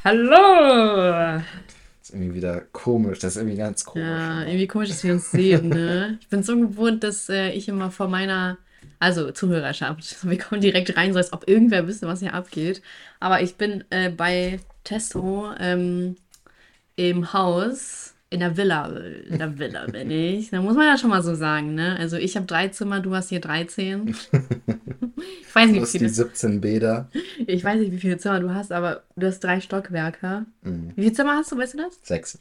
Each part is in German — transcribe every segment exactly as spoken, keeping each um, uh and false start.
Hallo! Das ist irgendwie wieder komisch. Das ist irgendwie ganz komisch. Ja, Immer. irgendwie komisch, dass wir uns sehen, ne? Ich bin so gewohnt, dass äh, ich immer vor meiner, also Zuhörerschaft, wir kommen direkt rein, so als ob irgendwer wüsste, was hier abgeht. Aber ich bin äh, bei Testo ähm, im Haus, in der Villa, in der Villa bin ich. Da muss man ja schon mal so sagen, ne? Also ich habe drei Zimmer, du hast hier dreizehn. Ich weiß nicht, wie Plus die viele, siebzehn Bäder. ich weiß nicht, wie viele Zimmer du hast, aber du hast drei Stockwerke. Mhm. Wie viele Zimmer hast du, weißt du das? Sechs.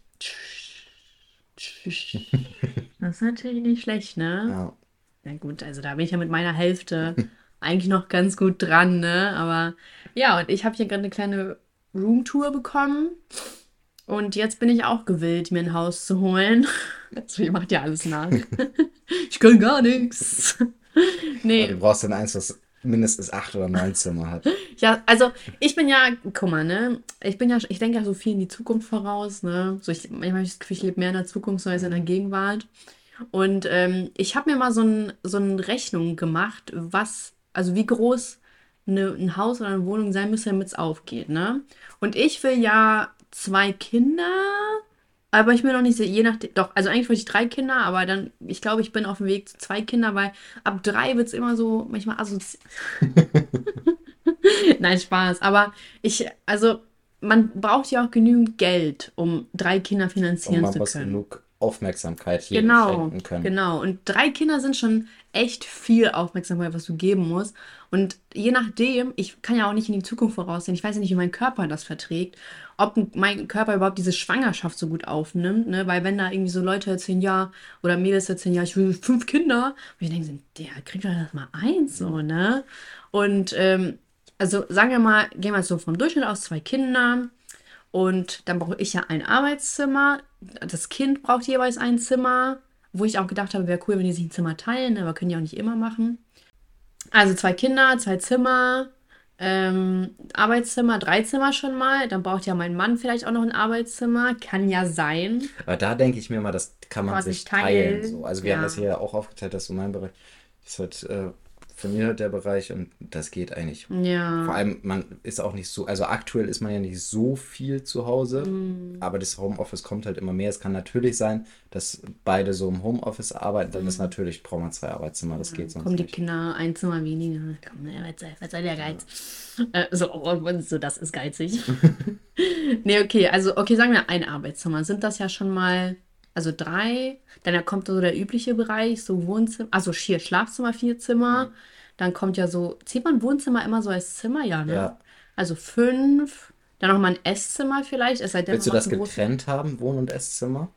Das ist natürlich nicht schlecht, ne? Ja. Na gut, also da bin ich ja mit meiner Hälfte eigentlich noch ganz gut dran, ne? Aber ja, und ich habe hier gerade eine kleine Roomtour bekommen. Und jetzt bin ich auch gewillt, mir ein Haus zu holen. Also, ihr macht ja alles nach. Ich kann gar nichts. Aber du Nee, brauchst dann eins, das mindestens acht oder neun Zimmer hat. ja, also ich bin ja, guck mal, ne? Ich bin ja, ich denke ja so viel in die Zukunft voraus, ne? So ich, manchmal habe ich das Gefühl, ich lebe mehr in der Zukunft so als in der Gegenwart. Und ähm, ich habe mir mal so, ein, so eine Rechnung gemacht, was, also wie groß eine, ein Haus oder eine Wohnung sein müsste, damit es aufgeht, ne? Und ich will ja zwei Kinder, aber ich bin noch nicht so, je nachdem, doch, also eigentlich wollte ich drei Kinder, aber dann, ich glaube, ich bin auf dem Weg zu zwei Kinder, weil ab drei wird es immer so manchmal assoziiert. Nein, Spaß. Aber ich, also, man braucht ja auch genügend Geld, um drei Kinder Und finanzieren man zu muss können. genug Aufmerksamkeit jedem Genau, schenken können. genau. Und drei Kinder sind schon echt viel Aufmerksamkeit, was du geben musst. Und je nachdem, ich kann ja auch nicht in die Zukunft voraussehen. Ich weiß ja nicht, wie mein Körper das verträgt, ob mein Körper überhaupt diese Schwangerschaft so gut aufnimmt, ne? Weil wenn da irgendwie so Leute erzählen, ja, oder Mädels erzählen, ja, ich will fünf Kinder, und ich denke, so, der kriegt doch erst mal eins, so, ne? Und ähm, also sagen wir mal, gehen wir jetzt so vom Durchschnitt aus, zwei Kinder. Und dann brauche ich ja ein Arbeitszimmer. Das Kind braucht jeweils ein Zimmer. Wo ich auch gedacht habe, wäre cool, wenn die sich ein Zimmer teilen, aber können die auch nicht immer machen. Also zwei Kinder, zwei Zimmer, ähm, Arbeitszimmer, drei Zimmer schon mal. Dann braucht ja mein Mann vielleicht auch noch ein Arbeitszimmer. Kann ja sein. Aber da denke ich mir mal, das kann man Quasi sich teilen. teilen. So. Also wir haben das Ja. hier ja auch aufgeteilt, dass so mein Bereich ist halt äh, für mich halt der Bereich und das geht eigentlich. Vor Ja. allem, man ist auch nicht so, also aktuell ist man ja nicht so viel zu Hause, Mm, aber das Homeoffice kommt halt immer mehr. Es kann natürlich sein, dass beide so im Homeoffice arbeiten, dann ist mm. natürlich, braucht man zwei Arbeitszimmer, das geht sonst Kommen die nicht. Kinder ein Zimmer weniger. Komm, ne, was soll, was soll der Geiz? Äh, so, oh, so, das ist geizig. Nee, okay, also, okay, sagen wir ein Arbeitszimmer. Sind das ja schon mal, also drei. Dann kommt so der übliche Bereich, so Wohnzimmer, also hier Schlafzimmer, vier Zimmer. Dann kommt ja so, zählt man Wohnzimmer immer so als Zimmer? Ja, ne? Ja, Also fünf. Dann noch mal ein Esszimmer vielleicht, es sei denn, willst man du macht das ein großes. getrennt haben, Wohn- und Esszimmer?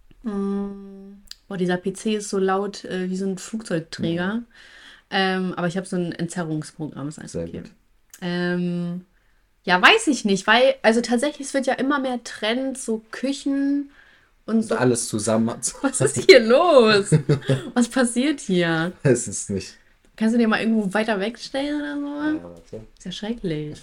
Mm, boah, dieser P C ist so laut äh, wie so ein Mhm. Flugzeugträger. Ähm, aber ich habe so ein Entzerrungsprogramm, ist alles Sehr okay. gut. Ähm, ja, weiß ich nicht, weil, also tatsächlich, es wird ja immer mehr Trend, so Küchen und Und so. alles zusammen zu Was ist haben. hier los? Was passiert hier? Es ist nicht. Kannst du dir mal irgendwo weiter wegstellen oder Ja, so? warte. Ist ja schrecklich.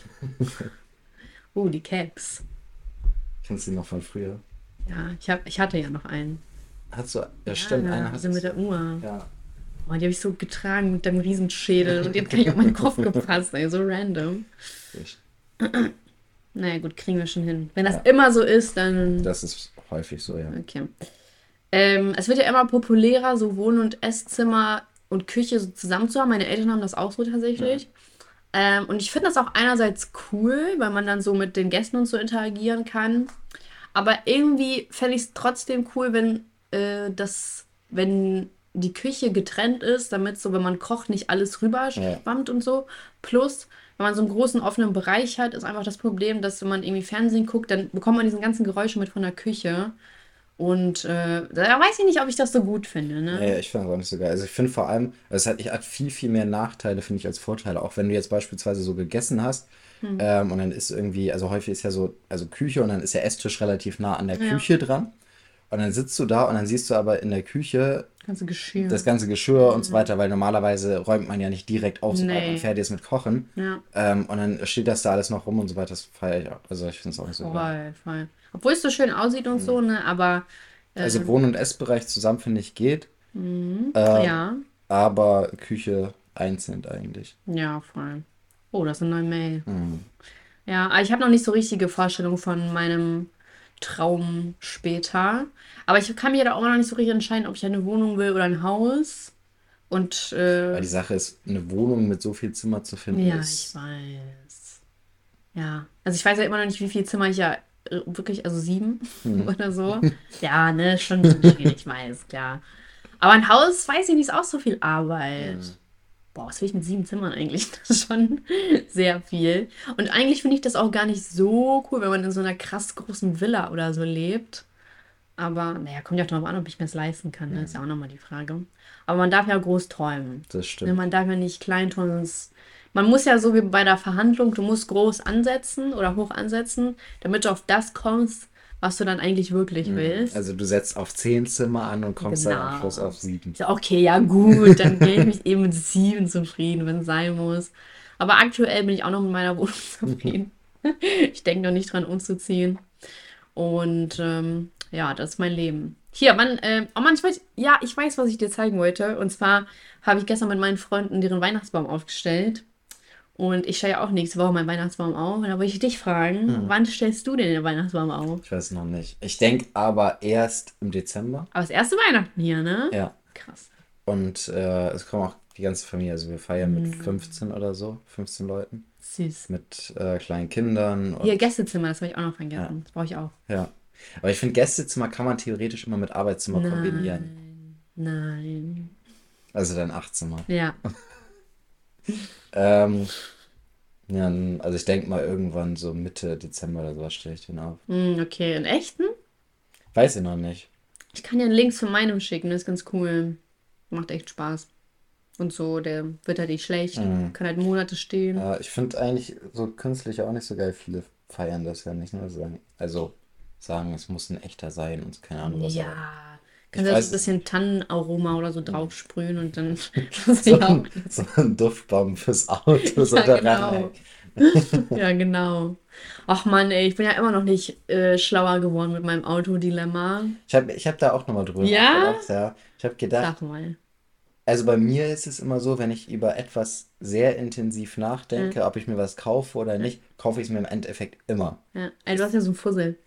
Oh, die Caps. Kennst du die noch von früher? Ja, ich, hab, ich hatte ja noch einen. Hast du, ja stimmt, Ja, eine diese mit hattest du. der Uhr. Ja. Oh, die habe ich so getragen mit dem Riesenschädel und die hat gar nicht auf meinen Kopf gepasst, ey, so random. Ich, Naja, gut, kriegen wir schon hin. Wenn das ja, immer so ist, dann. das ist häufig so, ja. Okay. Ähm, es wird ja immer populärer, so Wohn- und Esszimmer und Küche so zusammen zu haben. Meine Eltern haben das auch so Ja. tatsächlich. Ähm, und ich finde das auch einerseits cool, weil man dann so mit den Gästen und so interagieren kann. Aber irgendwie fände ich es trotzdem cool, wenn äh, das, wenn die Küche getrennt ist, damit so, wenn man kocht, nicht alles Ja. rüberschwammt und so. Plus, wenn man so einen großen offenen Bereich hat, ist einfach das Problem, dass wenn man irgendwie Fernsehen guckt, dann bekommt man diesen ganzen Geräusche mit von der Küche. Und äh, da weiß ich nicht, ob ich das so gut finde, ne? Nee, ich finde es auch nicht so geil. Also ich finde vor allem, es hat, ich hat viel, viel mehr Nachteile, finde ich, als Vorteile. Auch wenn du jetzt beispielsweise so gegessen hast Hm. ähm, und dann ist irgendwie, also häufig ist ja so, also Küche und dann ist der Esstisch relativ nah an der Ja, Küche dran. Und dann sitzt du da und dann siehst du aber in der Küche ganze das Geschirr. ganze Geschirr und so Hm. weiter, weil normalerweise räumt man ja nicht direkt auf, sobald man Nee. fertig ist mit Kochen. Ja, Ähm, und dann steht das da alles noch rum und so weiter. Das feiere ich auch. Also ich finde es auch nicht so geil. voll, voll. Obwohl es so schön aussieht und Mhm. so, ne? Aber Also ähm, Wohn- und Essbereich zusammen finde ich geht, mhm. ähm, Ja, aber Küche einzeln eigentlich. ja, voll. Oh, das ist eine neue Mail. Mhm. Ja, aber ich habe noch nicht so richtige Vorstellungen von meinem Traum später. Aber ich kann mir da auch noch nicht so richtig entscheiden, ob ich eine Wohnung will oder ein Haus. Und Weil äh, die Sache ist, eine Wohnung mit so viel Zimmer zu finden, ja, ich ist. weiß. Ja. Also ich weiß ja immer noch nicht, wie viel Zimmer ich ja äh, wirklich, also sieben Hm. oder so. Ja, ne, schon ein bisschen schwierig, ich weiß, klar. Aber ein Haus, weiß ich nicht, ist auch so viel Hm. Arbeit. Boah, was will ich mit sieben Zimmern eigentlich? Das ist schon sehr viel. Und eigentlich finde ich das auch gar nicht so cool, wenn man in so einer krass großen Villa oder so lebt. Aber, naja, kommt ja auch darauf an, ob ich mir das leisten kann. Ne? Ist ja auch nochmal die Frage. Aber man darf ja groß träumen. Das Ne? stimmt. Man darf ja nicht klein träumen. Sonst man muss ja so wie bei der Verhandlung, du musst groß ansetzen oder hoch ansetzen, damit du auf das kommst, was du dann eigentlich wirklich Hm. willst. Also du setzt auf zehn Zimmer an und kommst dann am Schluss Genau. auf sieben. Ich so, okay, ja gut, dann gebe ich mich eben mit sieben zufrieden, wenn es sein muss. Aber aktuell bin ich auch noch mit meiner Wohnung zufrieden. Ich denke noch nicht dran umzuziehen. Und ähm, ja, das ist mein Leben. Hier, Mann, äh, oh Mann, ich weiß, ja, ich weiß, was ich dir zeigen wollte. Und zwar habe ich gestern mit meinen Freunden deren Weihnachtsbaum aufgestellt. Und ich stelle ja auch nächste Woche meinen Weihnachtsbaum auf. Und da wollte ich dich fragen, Hm. wann stellst du denn den Weihnachtsbaum auf? Ich weiß noch nicht. Ich denke aber erst im Dezember. Aber das erste Weihnachten hier, ne? Ja. Krass. Und äh, es kommen auch die ganze Familie. Also wir feiern mit Hm, fünfzehn oder so, fünfzehn Leuten. süß. Mit äh, kleinen Kindern Hier, und Gästezimmer, das habe ich auch noch ja, vergessen. Das brauche ich auch. ja. Aber ich finde, Gästezimmer kann man theoretisch immer mit Arbeitszimmer kombinieren. Nein, nein. Also dann acht Zimmer. Ja. Ähm, ja, n- also ich denke mal irgendwann so Mitte Dezember oder sowas stelle ich den auf. Hm, okay, in echten? Weiß ich noch nicht. Ich kann ja einen Link von meinem schicken, das ist ganz cool. Macht echt Spaß. Und so, der wird halt nicht schlecht. Hm. Kann halt Monate stehen. Ja, ich finde eigentlich so künstlich auch nicht so geil. Viele feiern das ja nicht nur sagen. Also sagen, es muss ein echter sein und keine Ahnung was, aber Ja. ich Kannst du da so ein weiß es bisschen nicht. Tannenaroma oder so Hm. drauf sprühen und dann das So ja auch. ein, so ein Duftbaum fürs Auto, so Ja, der genau. ranhängt. Ja, genau. Ach Mann, ey, ich bin ja immer noch nicht äh, schlauer geworden mit meinem Autodilemma. Ich habe ich hab da auch nochmal drüber Ja? nachgedacht, ja. Ich habe gedacht, Sag mal. also bei mir ist es immer so, wenn ich über etwas sehr intensiv Ja, nachdenke, ob ich mir was kaufe oder ja, nicht, kaufe ich es mir im Endeffekt immer. ja. Ey, du hast Es, ja so ein Fussel.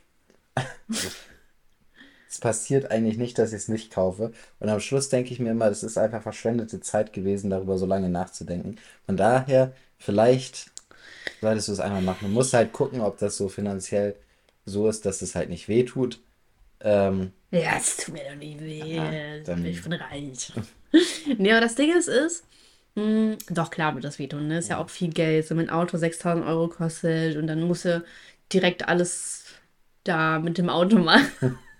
es passiert eigentlich nicht, dass ich es nicht kaufe. Und am Schluss denke ich mir immer, das ist einfach verschwendete Zeit gewesen, darüber so lange nachzudenken. Von daher, vielleicht solltest du es einmal machen. Du musst halt gucken, ob das so finanziell so ist, dass es halt nicht wehtut. Ähm, Ja, es tut mir doch nicht aha, weh. Ich dann. bin reich. Nee, aber das Ding ist, ist, mh, doch klar wird das wehtun, ne? Ist ja auch viel Geld. So mein Auto sechstausend Euro kostet und dann musst du direkt alles da mit dem Auto machen.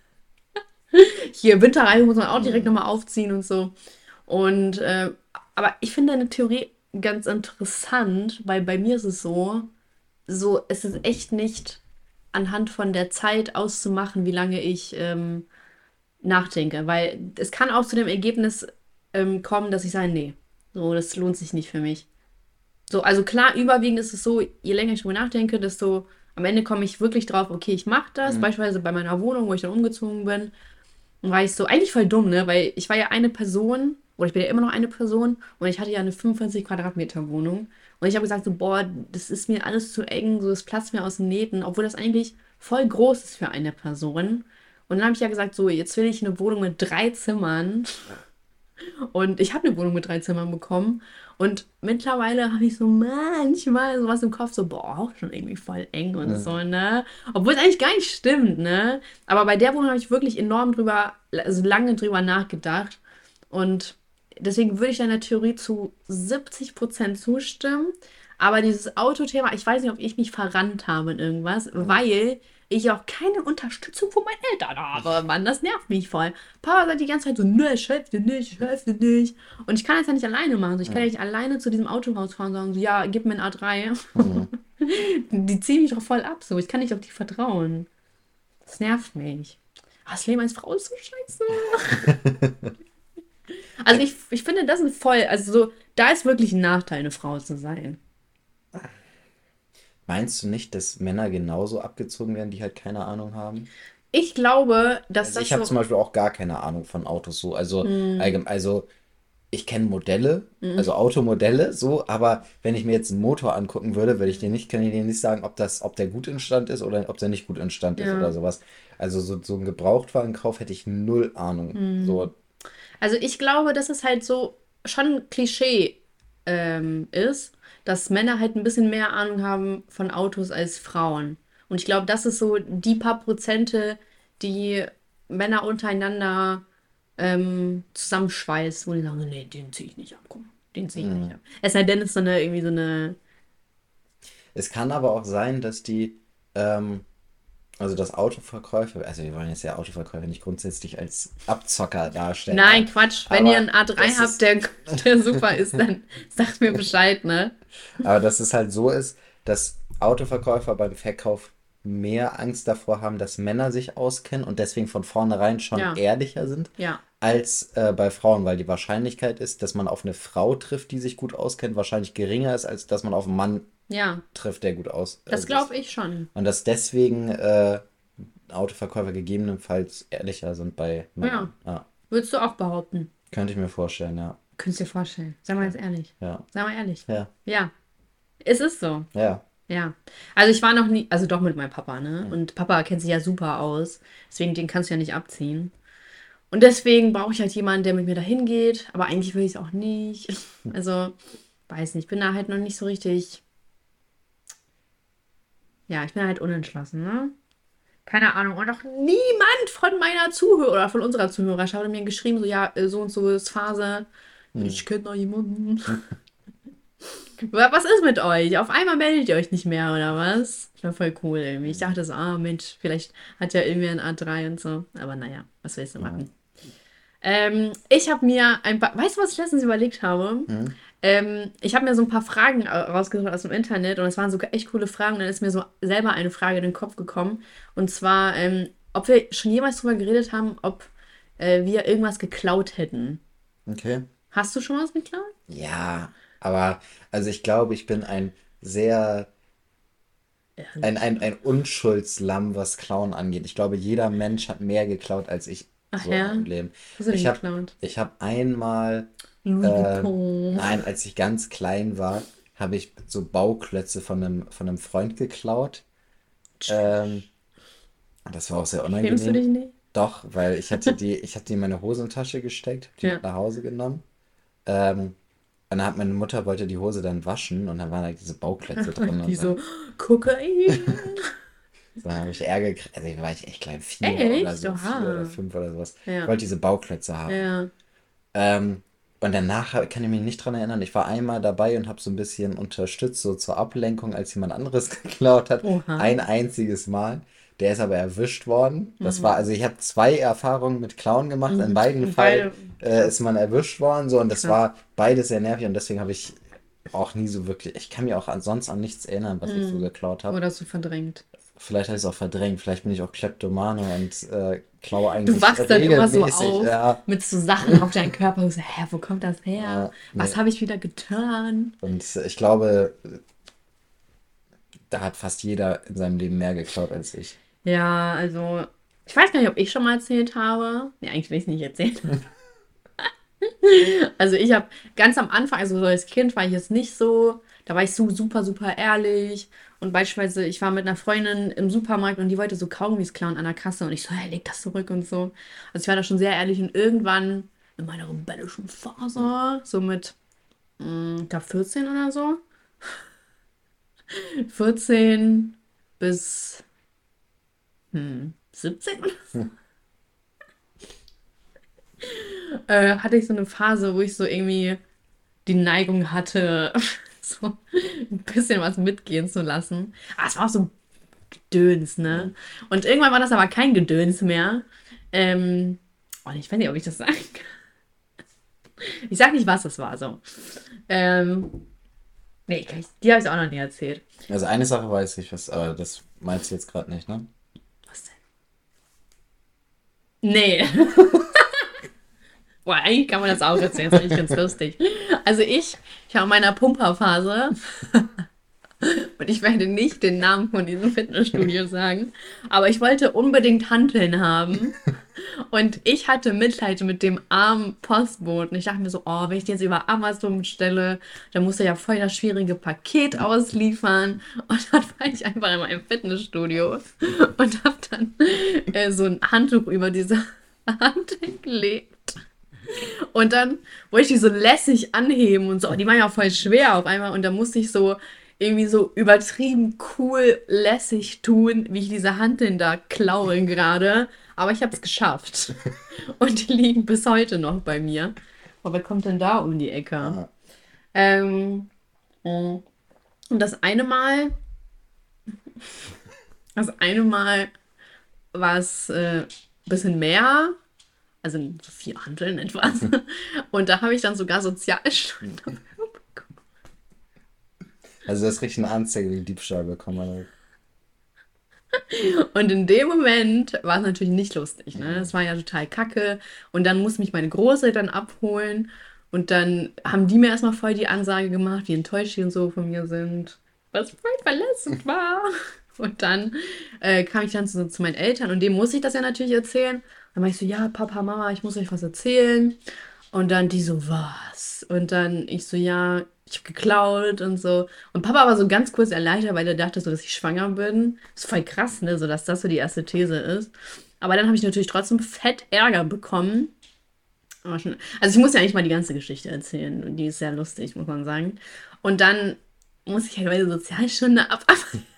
Hier, Winterreifen muss man auch direkt Hm, nochmal aufziehen und so. Und, äh, aber ich finde deine Theorie ganz interessant, weil bei mir ist es so, so, es ist echt nicht anhand von der Zeit auszumachen, wie lange ich ähm, nachdenke, weil es kann auch zu dem Ergebnis ähm, kommen, dass ich sage, nee, so, das lohnt sich nicht für mich. So, also klar, überwiegend ist es so, je länger ich drüber nachdenke, desto am Ende komme ich wirklich drauf, okay, ich mache das, hm, beispielsweise bei meiner Wohnung, wo ich dann umgezogen bin, und war ich so, eigentlich voll dumm, ne, weil ich war ja eine Person, oder ich bin ja immer noch eine Person, und ich hatte ja eine fünfundvierzig Quadratmeter Wohnung, und ich habe gesagt so, boah, das ist mir alles zu eng, so, das platzt mir aus den Nähten, obwohl das eigentlich voll groß ist für eine Person. Und dann habe ich ja gesagt, so, jetzt will ich eine Wohnung mit drei Zimmern. Und ich habe eine Wohnung mit drei Zimmern bekommen. Und mittlerweile habe ich so manchmal sowas im Kopf, so, boah, auch schon irgendwie voll eng und so, hm, ne? Obwohl es eigentlich gar nicht stimmt, ne? Aber bei der Wohnung habe ich wirklich enorm drüber, also lange drüber nachgedacht. Und deswegen würde ich deiner Theorie zu siebzig Prozent zustimmen. Aber dieses Autothema, ich weiß nicht, ob ich mich verrannt habe in irgendwas, hm, weil ich auch keine Unterstützung von meinen Eltern habe. Mann, das nervt mich voll. Papa sagt die ganze Zeit so, ne, ich helfe dir nicht, ich helfe dir nicht. Und ich kann das ja nicht alleine machen. So, ich kann ja hm, nicht alleine zu diesem Autohaus fahren und sagen, so, ja, gib mir ein A drei. hm. Die ziehen mich doch voll ab. So, ich kann nicht auf die vertrauen. Das nervt mich. Aber das Leben als Frau ist so scheiße. Also ich, ich finde, das ist voll, also so, da ist wirklich ein Nachteil, eine Frau zu sein. Meinst du nicht, dass Männer genauso abgezogen werden, die halt keine Ahnung haben? Ich glaube, dass Also ich das habe so, zum Beispiel auch gar keine Ahnung von Autos so. Also hm, allgemein, also ich kenne Modelle, Mhm. also Automodelle, so, aber wenn ich mir jetzt einen Motor angucken würde, würde ich dir nicht, kann ich dir nicht sagen, ob das, ob der gut in Stand ist oder ob der nicht gut in Stand ist oder Ja. sowas. Also so, so einen Gebrauchtwagenkauf hätte ich null Ahnung. Mhm. So, Also ich glaube, dass es halt so schon ein Klischee ähm, ist, dass Männer halt ein bisschen mehr Ahnung haben von Autos als Frauen. Und ich glaube, das ist so die paar Prozente, die Männer untereinander ähm, zusammenschweißt, wo die sagen, nee, den ziehe ich nicht ab, komm, den ziehe ich nicht hm. ab. Es sei denn, es ist so eine, irgendwie so eine, Es kann aber auch sein, dass die, ähm, also dass Autoverkäufer, also wir wollen jetzt ja Autoverkäufer nicht grundsätzlich als Abzocker darstellen, nein, ja, Quatsch, wenn ihr aber einen A drei das habt, ist, der, der super ist, dann sagt mir Bescheid, ne? aber dass es halt so ist, dass Autoverkäufer beim Verkauf mehr Angst davor haben, dass Männer sich auskennen und deswegen von vornherein schon Ja, ehrlicher sind, ja, als äh, bei Frauen, weil die Wahrscheinlichkeit ist, dass man auf eine Frau trifft, die sich gut auskennt, wahrscheinlich geringer ist, als dass man auf einen Mann ja, trifft, der gut aus äh, das sich. glaube ich schon. Und dass deswegen äh, Autoverkäufer gegebenenfalls ehrlicher sind bei Ja, Männern. Ja, würdest du auch behaupten? könnte ich mir vorstellen, ja. Könntest du dir vorstellen. Sag mal jetzt ehrlich. Ja, Sag mal ehrlich. ja, Ja, es ist so. ja. Ja. Also ich war noch nie, also doch mit meinem Papa, ne? Hm. Und Papa kennt sich ja super aus. Deswegen den kannst du ja nicht abziehen. Und deswegen brauche ich halt jemanden, der mit mir dahin geht. Aber eigentlich will ich es auch nicht. Also, weiß nicht. Ich bin da halt noch nicht so richtig. Ja, ich bin halt unentschlossen, ne? Keine Ahnung. Und noch niemand von meiner Zuhörer oder von unserer Zuhörerschaft hat mir geschrieben, so, ja, äh, so und so ist Phase. Hm. Ich kenne noch jemanden. Wa- Was ist mit euch? Auf einmal meldet ihr euch nicht mehr, oder was? Das war voll cool irgendwie. Ich dachte so, ah Mensch, vielleicht hat ja irgendwie ein A drei und so. Aber naja, was willst du Ja. machen? Ähm, ich habe mir ein paar, weißt du, was ich letztens überlegt habe? Hm. Ähm, ich habe mir so ein paar Fragen äh, rausgesucht aus dem Internet und es waren sogar echt coole Fragen. Und dann ist mir so selber eine Frage in den Kopf gekommen. Und zwar, ähm, ob wir schon jemals darüber geredet haben, ob äh, wir irgendwas geklaut hätten. Okay. Hast du schon was geklaut? Ja, aber also ich glaube, ich bin ein sehr, ein, Ehrlich. ein, ein Unschuldslamm, was Klauen angeht. Ich glaube, jeder Mensch hat mehr geklaut als ich Ach so in ja? meinem Leben. Was hast du denn Ich habe geklaut? ich hab einmal, Louis äh, Vuitton. nein, als ich ganz klein war, habe ich so Bauklötze von einem, von einem Freund geklaut. Ähm, Das war auch sehr Schämst du unangenehm. dich nicht? Doch, weil ich hatte die, ich hatte die in meine Hosentasche gesteckt, die Ja. mit nach Hause genommen. Ähm, und dann hat meine Mutter wollte die Hose dann waschen und dann waren halt diese Bauklötze drin Die und dann, so, Kokain. dann habe ich Ärger gekriegt. Also ich war ich echt klein, vier oder Echt? so, vier oder Oha. fünf oder sowas. Ich Ja. wollte diese Bauklötze haben. Ja. Ähm, und danach hab- kann ich mich nicht dran erinnern. Ich war einmal dabei und habe so ein bisschen unterstützt, so zur Ablenkung, als jemand anderes geklaut hat. Oha. Ein einziges Mal. Der ist aber erwischt worden. Das war, Mhm. also ich habe zwei Erfahrungen mit Klauen gemacht. In Mhm. beiden Und Fällen beide, äh, krass, ist man erwischt worden. So, und das krass. war beides sehr nervig. Und deswegen habe ich auch nie so wirklich, ich kann mir auch ansonsten an nichts erinnern, was ich so Mhm. geklaut habe. Oder hast du verdrängt? Vielleicht habe ich es auch verdrängt. Vielleicht bin ich auch Kleptomane und äh, klaue Du eigentlich wachst dann immer so regelmäßig. auf Ja, mit so Sachen auf deinen Körper. Und so, hä, wo kommt das her? ja, Was nee. habe ich wieder getan? Und ich glaube, da hat fast jeder in seinem Leben mehr geklaut als ich. Ja, also, ich weiß gar nicht, ob ich schon mal erzählt habe. Nee, eigentlich will ich es nicht erzählen. Also ich habe ganz am Anfang, also so als Kind war ich jetzt nicht so, da war ich so super, super ehrlich. Und beispielsweise, ich war mit einer Freundin im Supermarkt und die wollte so Kaugummis klauen an der Kasse und ich so, hey, leg das zurück und so. Also ich war da schon sehr ehrlich und irgendwann in meiner rebellischen Phase, so mit, mh, ich glaube vierzehn oder so, vierzehn bis hm, siebzehn, äh, hatte ich so eine Phase, wo ich so irgendwie die Neigung hatte, so ein bisschen was mitgehen zu lassen. Aber es war auch so Gedöns, ne? Und irgendwann war das aber kein Gedöns mehr. Ähm, oh, ich weiß nicht, ob ich das sagen kann. Ich sag nicht, was das war, so. Ähm, nee, kann ich, die habe ich auch noch nie erzählt. Also eine Sache weiß ich, was, aber das meinst du jetzt gerade nicht, ne? Was denn? Nee. Boah, eigentlich kann man das auch erzählen, das ist eigentlich ganz lustig. Also ich, ich habe in meiner Pumperphase, Und ich werde nicht den Namen von diesem Fitnessstudio sagen. Aber ich wollte unbedingt Hanteln haben. Und ich hatte Mitleid mit dem armen Postboten. Ich dachte mir so, oh, wenn ich die jetzt über Amazon bestelle, dann muss er ja voll das schwierige Paket ausliefern. Und dann war ich einfach in meinem Fitnessstudio und habe dann äh, so ein Handtuch über diese Hanteln gelegt. Und dann wollte ich die so lässig anheben und so. Die waren ja voll schwer auf einmal. Und da musste ich so irgendwie so übertrieben cool lässig tun, wie ich diese Hanteln da klaue gerade. Aber ich habe es geschafft. Und die liegen bis heute noch bei mir. Aber wer kommt denn da um die Ecke? Aha. Ähm, und das eine Mal, das eine Mal war es äh, ein bisschen mehr. Also so vier Hanteln etwas. Und da habe ich dann sogar Sozialstunden bekommen. Also das ist richtig eine Anzeige wegen Diebstahl bekommen. Und in dem Moment war es natürlich nicht lustig, ne? Es war ja total kacke. Und dann mussten mich meine Großeltern abholen. Und dann haben die mir erstmal voll die Ansage gemacht, wie enttäuscht die und so von mir sind. Was voll verletzend war. Und dann äh, kam ich dann zu, zu meinen Eltern und dem muss ich das ja natürlich erzählen. Dann war ich so, ja, Papa, Mama, ich muss euch was erzählen. Und dann die so, was? Und dann ich so, ja, ich habe geklaut und so. Und Papa war so ganz kurz erleichtert, weil er dachte so, dass ich schwanger bin. Das ist voll krass, ne, so dass das so die erste These ist. Aber dann habe ich natürlich trotzdem fett Ärger bekommen. Aber schon, also ich muss ja nicht mal die ganze Geschichte erzählen. Und die ist sehr lustig, muss man sagen. Und dann muss ich halt meine Sozialstunde ab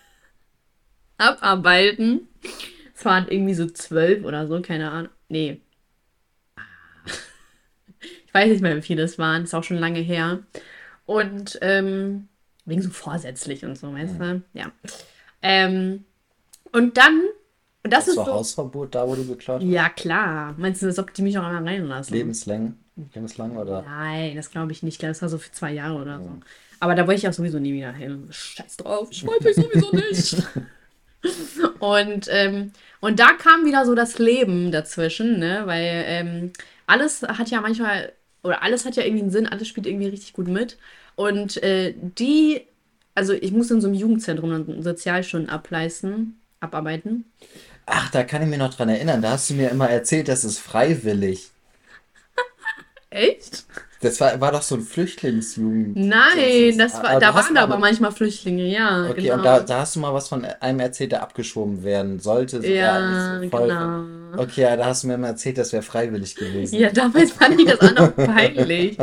abarbeiten. Es waren irgendwie so zwölf oder so, keine Ahnung. Nee, ich weiß nicht mehr, wie viele es waren. Ist auch schon lange her. Und ähm, wegen so vorsätzlich und so, weißt du? Ja. Ähm, und dann, und das Hast ist du so. Hausverbot da, wo du geklaut hast? Ja, klar. Meinst du, als ob die mich auch einmal reinlassen? Lebenslang? Lebenslang oder? Nein, das glaube ich nicht. Ich glaube, das war so für zwei Jahre oder so. Aber da wollte ich auch sowieso nie wieder hin. Scheiß drauf, ich wollte sowieso nicht. Und, ähm, und da kam wieder so das Leben dazwischen, ne? Weil ähm, alles hat ja manchmal, oder alles hat ja irgendwie einen Sinn, alles spielt irgendwie richtig gut mit. Und äh, die, also ich muss in so einem Jugendzentrum dann Sozialstunden ableisten, abarbeiten. Ach, da kann ich mich noch dran erinnern. Da hast du mir immer erzählt, das ist freiwillig. Echt? Das war, war doch so ein Flüchtlingsjugend. Nein, das war, Aber da du hast waren da aber aber. manchmal Flüchtlinge, ja, Okay, genau. und da, da hast du mal was von einem erzählt, der abgeschoben werden sollte. So, ja, Ja, ist voll. genau. Okay, ja, da hast du mir mal erzählt, das wäre freiwillig gewesen. Ja, damals fand ich das auch noch peinlich.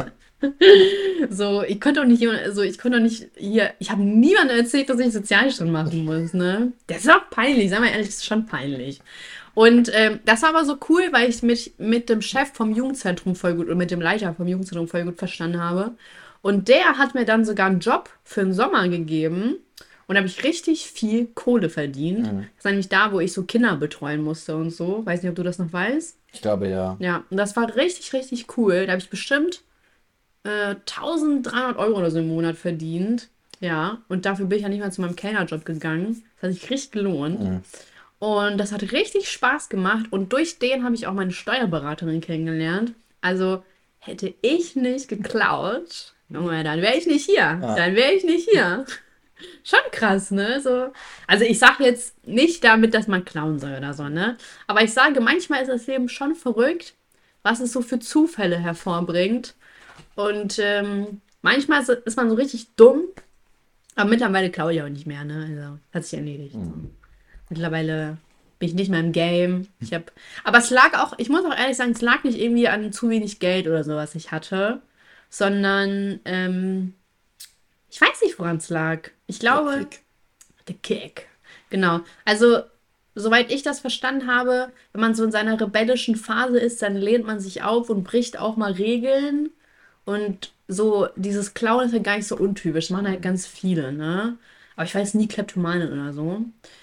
So, ich konnte auch nicht jemand, also ich konnte auch nicht hier, ich habe niemandem erzählt, dass ich Sozialstunden machen muss, ne? Das ist auch peinlich, sag mal ehrlich, das ist schon peinlich. Und ähm, das war aber so cool, weil ich mich mit dem Chef vom Jugendzentrum voll gut und mit dem Leiter vom Jugendzentrum voll gut verstanden habe. Und der hat mir dann sogar einen Job für den Sommer gegeben. Und da habe ich richtig viel Kohle verdient. Mhm. Das war nämlich da, wo ich so Kinder betreuen musste und so. Weiß nicht, ob du das noch weißt. Ich glaube ja. Ja, und das war richtig, richtig cool. Da habe ich bestimmt äh, dreizehnhundert Euro oder so im Monat verdient. Ja, und dafür bin ich ja nicht mal zu meinem Kellnerjob gegangen. Das hat sich richtig gelohnt. Mhm. Und das hat richtig Spaß gemacht. Und durch den habe ich auch meine Steuerberaterin kennengelernt. Also hätte ich nicht geklaut, Junge, dann wäre ich nicht hier. Ja. Dann wäre ich nicht hier. Schon krass, ne? So, also ich sage jetzt nicht damit, dass man klauen soll oder so, ne? Aber ich sage, manchmal ist das Leben schon verrückt, was es so für Zufälle hervorbringt. Und ähm, manchmal ist, ist man so richtig dumm. Aber mittlerweile klaue ich auch nicht mehr, ne? Also hat sich erledigt. So. Mittlerweile bin ich nicht mehr im Game. Ich hab, aber es lag auch, ich muss auch ehrlich sagen, es lag nicht irgendwie an zu wenig Geld oder so, was ich hatte, sondern ähm, ich weiß nicht, woran es lag. Ich glaube, Der Kick. der Kick. Genau. Also, soweit ich das verstanden habe, wenn man so in seiner rebellischen Phase ist, dann lehnt man sich auf und bricht auch mal Regeln. Und so, dieses Klauen ist ja gar nicht so untypisch. Das machen halt ganz viele, ne? Aber ich weiß nie Kleptomanen oder so.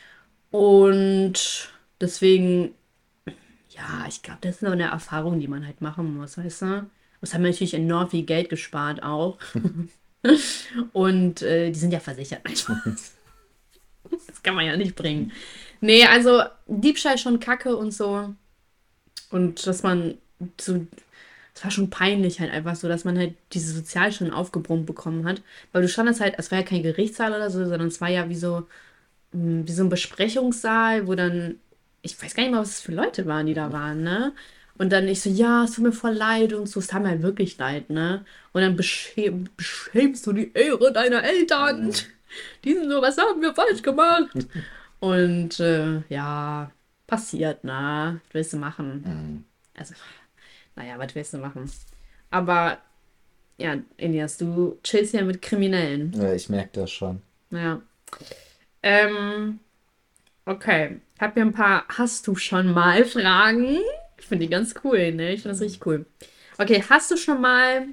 Und deswegen, ja, ich glaube, das ist so eine Erfahrung, die man halt machen muss, weißt du? Das haben wir natürlich enorm viel Geld gespart auch. Und äh, die sind ja versichert. Das kann man ja nicht bringen. Nee, also Diebstahl ist schon kacke und so. Und dass man so, es war schon peinlich halt einfach so, dass man halt diese Sozialstunden aufgebrummt bekommen hat. Weil du standest halt, es war ja kein Gerichtssaal oder so, sondern es war ja wie so, mh, wie so ein Besprechungssaal, wo dann, ich weiß gar nicht mal, was es für Leute waren, die da waren, ne? Und dann ich so, ja, es tut mir voll leid und so, es tat mir halt wirklich leid, ne? Und dann beschäm, beschämst du die Ehre deiner Eltern. Mhm. Die sind so, was haben wir falsch gemacht? Und äh, ja, passiert, ne? Was willst du machen? Mhm. Also, naja, was willst du machen? Aber ja, Elias, du chillst ja mit Kriminellen. Ja, ich merke das schon. Ja. Ähm, okay. Ich habe hier ein paar Hast du schon mal Fragen? Ich finde die ganz cool, ne? Ich finde das richtig cool. Okay, hast du schon mal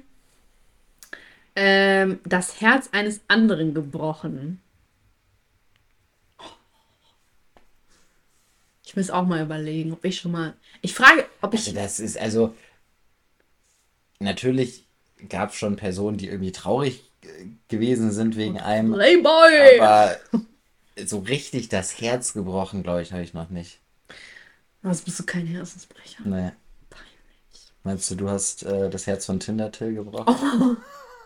ähm, das Herz eines anderen gebrochen? Ich muss auch mal überlegen, ob ich schon mal. Ich frage, ob Also ich. das ist, also natürlich gab es schon Personen, die irgendwie traurig äh, gewesen sind wegen einem, Playboy! aber so richtig das Herz gebrochen, glaube ich, habe ich noch nicht. Was bist du kein Herzensbrecher? Nee. Peinlich. Meinst du, du hast äh, das Herz von Tinder Till gebrochen? Oh,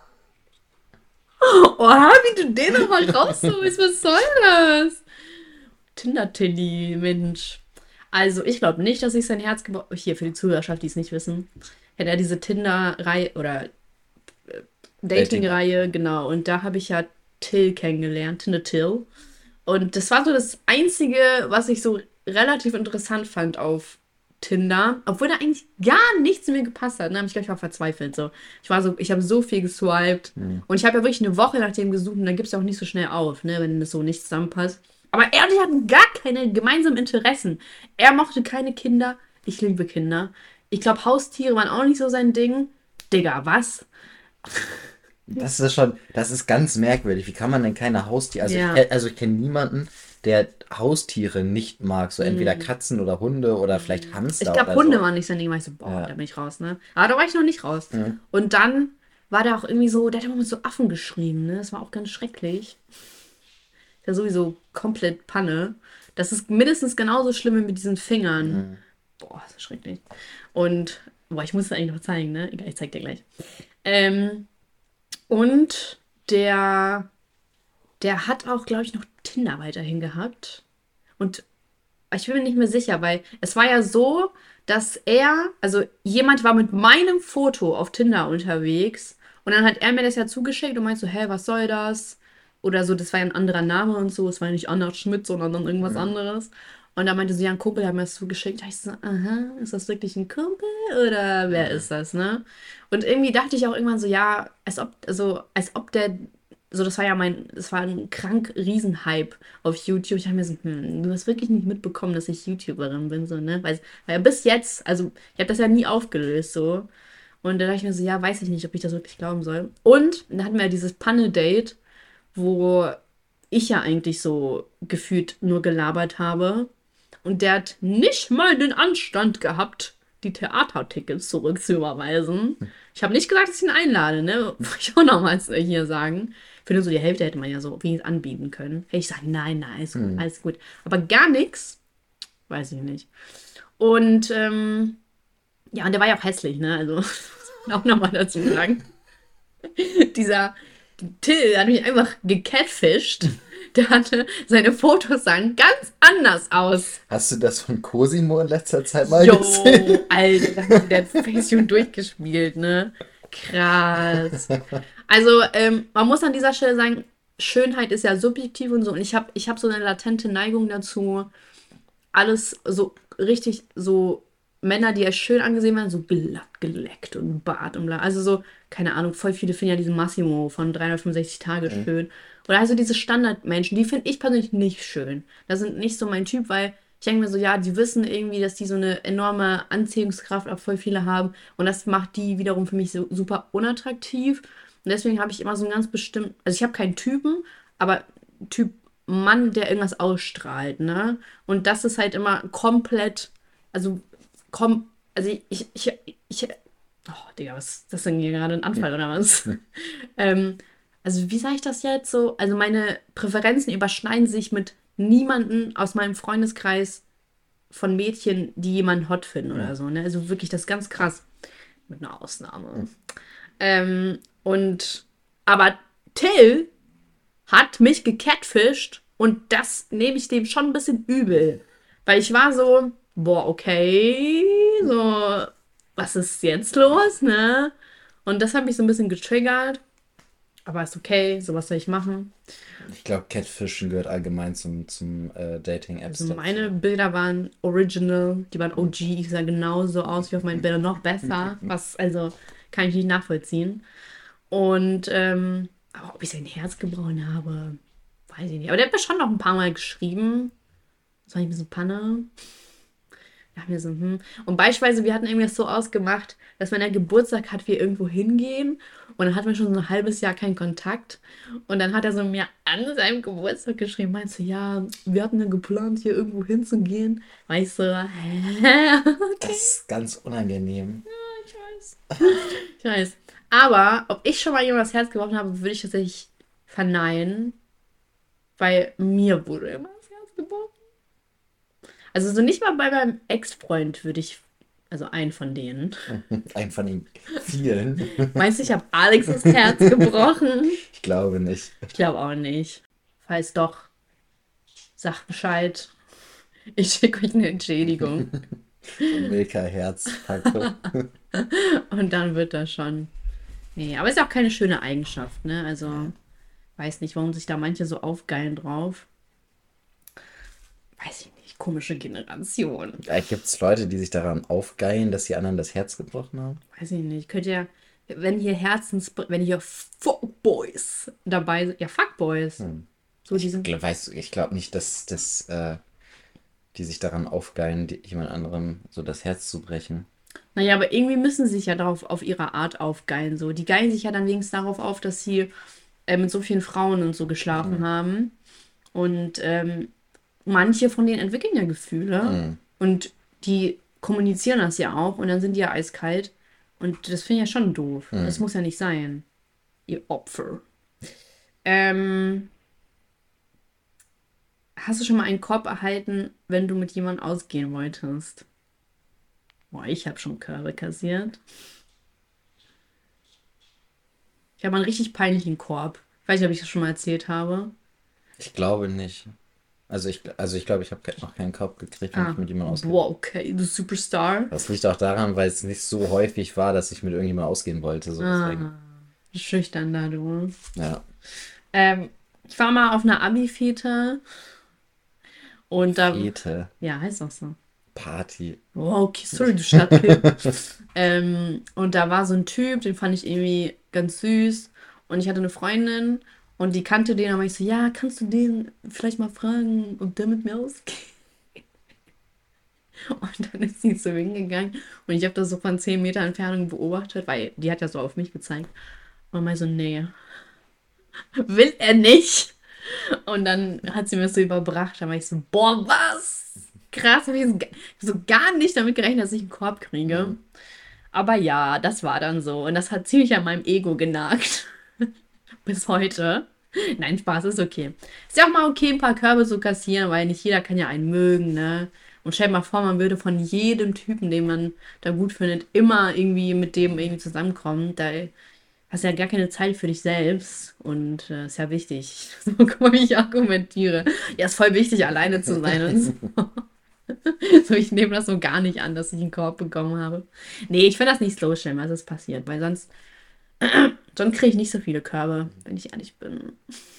oha, wie du den nochmal rausholst, was soll das? Tinder-Tilly, Mensch. Also, ich glaube nicht, dass ich sein Herz gebrochen. Hier, für die Zuhörerschaft, die es nicht wissen. Hätte er diese Tinder-Reihe oder Dating. Dating-Reihe, genau. Und da habe ich ja Till kennengelernt, Tinder Till. Und das war so das Einzige, was ich so relativ interessant fand auf Tinder. Obwohl da eigentlich gar nichts zu mir gepasst hat. Ne? Ich glaube, ich war verzweifelt. So. Ich war so, ich habe so viel geswiped. Hm. Und ich habe ja wirklich eine Woche nach dem gesucht und dann gibt es ja auch nicht so schnell auf, ne, wenn das so nicht zusammenpasst. Aber er und ich hatten gar keine gemeinsamen Interessen. Er mochte keine Kinder. Ich liebe Kinder. Ich glaube, Haustiere waren auch nicht so sein Ding. Digga, was? Das ist schon, das ist ganz merkwürdig. Wie kann man denn keine Haustiere? Also ich, Ja. kenn- also ich kenne niemanden, der Haustiere nicht mag. So entweder Mm. Katzen oder Hunde oder vielleicht Ich Hamster glaube, oder Hunde so. waren nicht sein Ding, weil ich so, boah, Ja. da bin ich raus, ne? Aber da war ich noch nicht raus. Mhm. Und dann war der auch irgendwie so, der hat immer mit so Affen geschrieben, ne? Das war auch ganz schrecklich. Ist ja sowieso komplett Panne. Das ist mindestens genauso schlimm wie mit diesen Fingern. Mhm. Boah, das ist schrecklich. Und, boah, ich muss es eigentlich noch zeigen, ne? Egal, ich zeig dir gleich. Ähm, und der, der hat auch, glaube ich, noch Tinder weiterhin gehabt. Und ich bin mir nicht mehr sicher, weil es war ja so, dass er, also jemand war mit meinem Foto auf Tinder unterwegs und dann hat er mir das ja zugeschickt und meinte so, hä, was soll das? Oder so, das war ja ein anderer Name und so, es war ja nicht Anna Schmidt, sondern dann irgendwas Mhm. anderes. Und da meinte so, ja, ein Kumpel hat mir das zugeschickt. Da ich so, aha, ist das wirklich ein Kumpel oder wer Mhm. ist das, ne? Und irgendwie dachte ich auch irgendwann so, ja, als ob, also, als ob der, so, das war ja mein, das war ein krank Riesenhype auf YouTube. Ich dachte mir so, hm, du hast wirklich nicht mitbekommen, dass ich YouTuberin bin, so, ne? Weil, weil bis jetzt, also, ich habe das ja nie aufgelöst, so. Und da dachte ich mir so, ja, weiß ich nicht, ob ich das wirklich glauben soll. Und dann hatten wir ja dieses Panne-Date, wo ich ja eigentlich so gefühlt nur gelabert habe. Und der hat nicht mal den Anstand gehabt, die Theatertickets zurückzuüberweisen. Ich habe nicht gesagt, dass ich ihn einlade, ne? Wollte ich auch nochmals hier sagen. Ich finde, so die Hälfte hätte man ja so wenigstens anbieten können. Hätte ich sagen, nein, nein, ist gut, Mhm. alles gut. Aber gar nichts, weiß ich nicht. Und ähm, ja, und der war ja auch hässlich, ne? Also, muss man auch nochmal dazu sagen. Dieser Till hat mich einfach gecatfished. Der hatte, seine Fotos sahen ganz anders aus. Hast du das von Cosimo in letzter Zeit mal Jo, gesehen? Alter, der hat Facetune durchgespielt, ne? Krass. Also, ähm, man muss an dieser Stelle sagen, Schönheit ist ja subjektiv und so. Und ich habe ich hab so eine latente Neigung dazu, alles so richtig so Männer, die als schön angesehen werden, so glatt geleckt und Bart und bla. Also so, keine Ahnung, voll viele finden ja diesen Massimo von dreihundertfünfundsechzig Tage Mhm. schön. Oder also diese Standardmenschen, die finde ich persönlich nicht schön. Das sind nicht so mein Typ, weil ich denke mir so, ja, die wissen irgendwie, dass die so eine enorme Anziehungskraft auf voll viele haben. Und das macht die wiederum für mich so super unattraktiv. Und deswegen habe ich immer so einen ganz bestimmten, also ich habe keinen Typen, aber Typ Mann, der irgendwas ausstrahlt, ne? Und das ist halt immer komplett, also komm, also ich, ich, ich, ich oh, Digga, was ist das denn hier gerade, ein Anfall oder was? ähm, also wie sage ich das jetzt so? Also meine Präferenzen überschneiden sich mit niemanden aus meinem Freundeskreis von Mädchen, die jemanden hot finden oder Mhm. so, ne? Also wirklich, das ist ganz krass. mit einer Ausnahme. Ähm, und, aber Till hat mich gecatfischt und das nehme ich dem schon ein bisschen übel. Weil ich war so, boah, okay, so, was ist jetzt los, ne? Und das hat mich so ein bisschen getriggert. Aber ist okay, sowas soll ich machen. Ich glaube, Catfishing gehört allgemein zum, zum äh, Dating-Apps Also meine dazu. Bilder waren original, die waren O G, ich sah genauso aus wie auf meinen Bildern, noch besser. Was, also, kann ich nicht nachvollziehen. Und, ähm, aber ob ich sein Herz gebrochen habe, weiß ich nicht. Aber der hat mir schon noch ein paar Mal geschrieben. Das war ich ein bisschen Panne. Ja, mir so, hm. Und beispielsweise, wir hatten irgendwie das so ausgemacht, dass wenn er Geburtstag hat, wir irgendwo hingehen. Und dann hatten wir schon so ein halbes Jahr keinen Kontakt. Und dann hat er so mir an seinem Geburtstag geschrieben, meinst du, ja, wir hatten ja geplant, hier irgendwo hinzugehen. Weißt du, hä? Das ist ganz unangenehm. Ich weiß. Ich weiß. Aber ob ich schon mal jemand das Herz gebrochen habe, würde ich tatsächlich verneinen. Weil mir wurde immer das Herz gebrochen. Also so nicht mal bei meinem Ex-Freund würde ich, also einen von denen. Ein von den vielen. Meinst du, ich habe Alex das Herz gebrochen? Ich glaube nicht. Ich glaube auch nicht. Falls doch, sagt Bescheid. Ich schicke euch eine Entschädigung. Milka-Herzpacke. Und dann wird das schon. Nee, aber ist auch keine schöne Eigenschaft, ne? Also, weiß nicht, warum sich da manche so aufgeilen drauf. Weiß ich nicht, komische Generation. Vielleicht gibt es Leute, die sich daran aufgeilen, dass die anderen das Herz gebrochen haben. Weiß ich nicht. Könnt ihr, wenn hier Herzens, wenn hier Fuckboys dabei sind, ja, Fuckboys. Hm. So, die sind. Ich, weißt, du, ich glaube nicht, dass, dass äh, die sich daran aufgeilen, die, jemand anderem so das Herz zu brechen. Naja, aber irgendwie müssen sie sich ja darauf auf ihre Art aufgeilen. So. Die geilen sich ja dann wenigstens darauf auf, dass sie äh, mit so vielen Frauen und so geschlafen Mhm. haben. Und ähm, manche von denen entwickeln ja Gefühle. Mhm. Und die kommunizieren das ja auch. Und dann sind die ja eiskalt. Und das finde ich ja schon doof. Mhm. Das muss ja nicht sein. Ihr Opfer. Ähm, hast du schon mal einen Korb erhalten, wenn du mit jemandem ausgehen wolltest? Boah, ich habe schon Körbe kassiert. Ich habe einen richtig peinlichen Korb. Ich weiß nicht, ob ich das schon mal erzählt habe. Ich glaube nicht. Also ich, also ich glaube, ich habe noch keinen Korb gekriegt, wenn Ah, ich mit jemandem ausgehe. boah, okay, du Superstar. Das liegt auch daran, weil es nicht so häufig war, dass ich mit irgendjemandem ausgehen wollte. So deswegen. Ah, schüchtern da, du. Ja. Ähm, ich war mal auf einer Abi-Fete und da, Fete, ja, heißt auch so. Party. Wow, okay, sorry, du Stadtkind. ähm, und da war so ein Typ, den fand ich irgendwie ganz süß. Und ich hatte eine Freundin und die kannte den, aber ich so, ja, kannst du den vielleicht mal fragen, ob der mit mir ausgeht? Und dann ist sie so hingegangen und ich habe das so von zehn Meter Entfernung beobachtet, weil die hat ja so auf mich gezeigt. Und meinte so, nee, will er nicht. Und dann hat sie mir das so überbracht. Da war ich so, boah, was? Krass, habe ich so, so gar nicht damit gerechnet, dass ich einen Korb kriege. Mhm. Aber ja, das war dann so. Und das hat ziemlich an meinem Ego genagt. Bis heute. Nein, Spaß, ist okay. Ist ja auch mal okay, ein paar Körbe zu kassieren, weil nicht jeder kann ja einen mögen, ne? Und stell dir mal vor, man würde von jedem Typen, den man da gut findet, immer irgendwie mit dem irgendwie zusammenkommen. Da hast du ja gar keine Zeit für dich selbst. Und äh, ist ja wichtig. So, guck mal, wie ich argumentiere. Ja, ist voll wichtig, alleine zu sein und so. So, ich nehme das so gar nicht an, dass ich einen Korb bekommen habe. Nee, ich finde das nicht so schlimm, was ist passiert, weil sonst, sonst kriege ich nicht so viele Körbe, wenn ich ehrlich bin.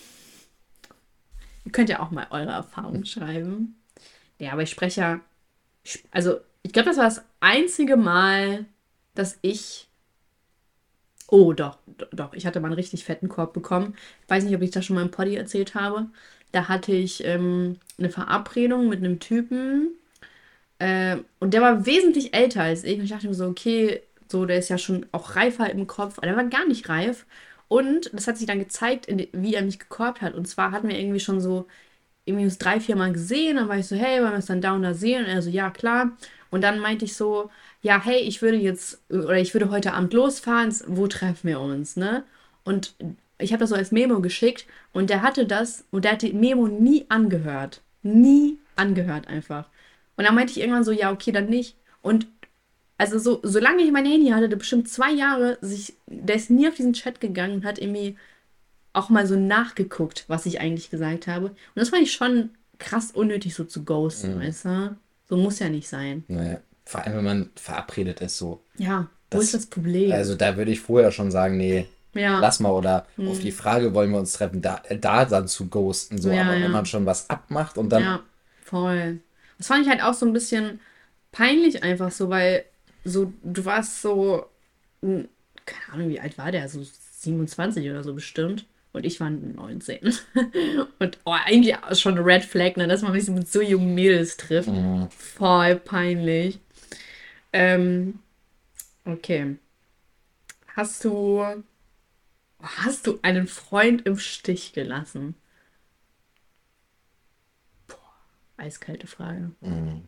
Ihr könnt ja auch mal eure Erfahrungen schreiben. Ja, aber ich spreche ja, also ich glaube, das war das einzige Mal, dass ich, oh doch, doch, ich hatte mal einen richtig fetten Korb bekommen. Ich weiß nicht, ob ich das schon mal im Poddy erzählt habe. Da hatte ich ähm, eine Verabredung mit einem Typen, äh, und der war wesentlich älter als ich. Und ich dachte mir so, okay, so, der ist ja schon auch reifer im Kopf, aber der war gar nicht reif. Und das hat sich dann gezeigt, in, wie er mich gekorbt hat. Und zwar hatten wir irgendwie schon so irgendwie uns drei, vier Mal gesehen. Dann war ich so, hey, wollen wir uns dann da und da sehen? Und er so, ja, klar. Und dann meinte ich so, ja, hey, ich würde jetzt, oder ich würde heute Abend losfahren, wo treffen wir uns, ne? Und ich habe das so als Memo geschickt und der hatte das und der hat die Memo nie angehört. Nie angehört einfach. Und dann meinte ich irgendwann so, ja, okay, dann nicht. Und Also so, solange ich mein Handy hatte, der bestimmt zwei Jahre, sich, der ist nie auf diesen Chat gegangen und hat irgendwie auch mal so nachgeguckt, was ich eigentlich gesagt habe. Und das fand ich schon krass unnötig, so zu ghosten, Mhm. weißt du? So muss ja nicht sein. Naja, vor allem, wenn man verabredet ist, so. Ja, wo ist Das, das Problem? also da würde ich vorher schon sagen, nee, Ja, lass mal. Oder auf die hm, Frage, wollen wir uns treffen, da, äh, da dann zu ghosten, so. ja, Aber wenn ja, man schon was abmacht und dann, ja, voll. Das fand ich halt auch so ein bisschen peinlich einfach so, weil so, du warst so, hm, keine Ahnung, wie alt war der? So siebenundzwanzig oder so bestimmt. Und ich war neunzehn. Und oh, eigentlich auch schon eine Red Flag, ne, dass man sich mit so jungen Mädels trifft. mh, Voll peinlich. Ähm, okay. Hast du, hast du einen Freund im Stich gelassen? Eiskalte Frage. mh,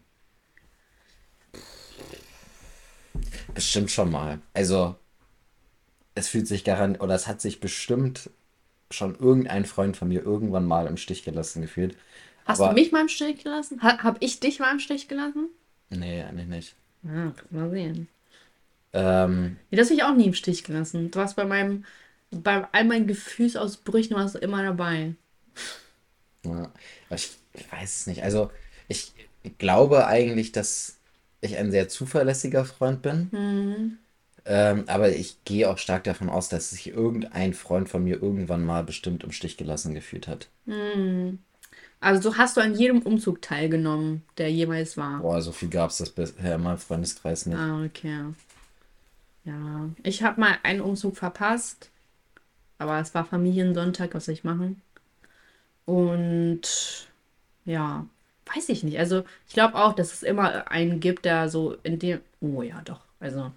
bestimmt schon mal. Also, es fühlt sich garant, oder es hat sich bestimmt schon irgendein Freund von mir irgendwann mal im Stich gelassen gefühlt. Hast du Aber, mich mal im Stich gelassen? Ha, hab ich dich mal im Stich gelassen? nee, eigentlich nicht. Ah, mal sehen. Ähm, Nee, das hab ich auch nie im Stich gelassen. Du warst bei meinem, bei all meinen Gefühlsausbrüchen warst du immer dabei. ja, aber ich, ich weiß es nicht. Also, ich glaube eigentlich, dass ich ein sehr zuverlässiger Freund bin. Hm. Ähm, aber ich gehe auch stark davon aus, dass sich irgendein Freund von mir irgendwann mal bestimmt im Stich gelassen gefühlt hat. Hm. Also so hast du an jedem Umzug teilgenommen, der jemals war. Boah, so viel gab es das bisher in meinem Freundeskreis nicht. Ah, okay. Ja. Ich habe mal einen Umzug verpasst, aber es war Familiensonntag, was soll ich machen? Und ja, weiß ich nicht. Also ich glaube auch, dass es immer einen gibt, der so in dem. Oh ja, doch. Also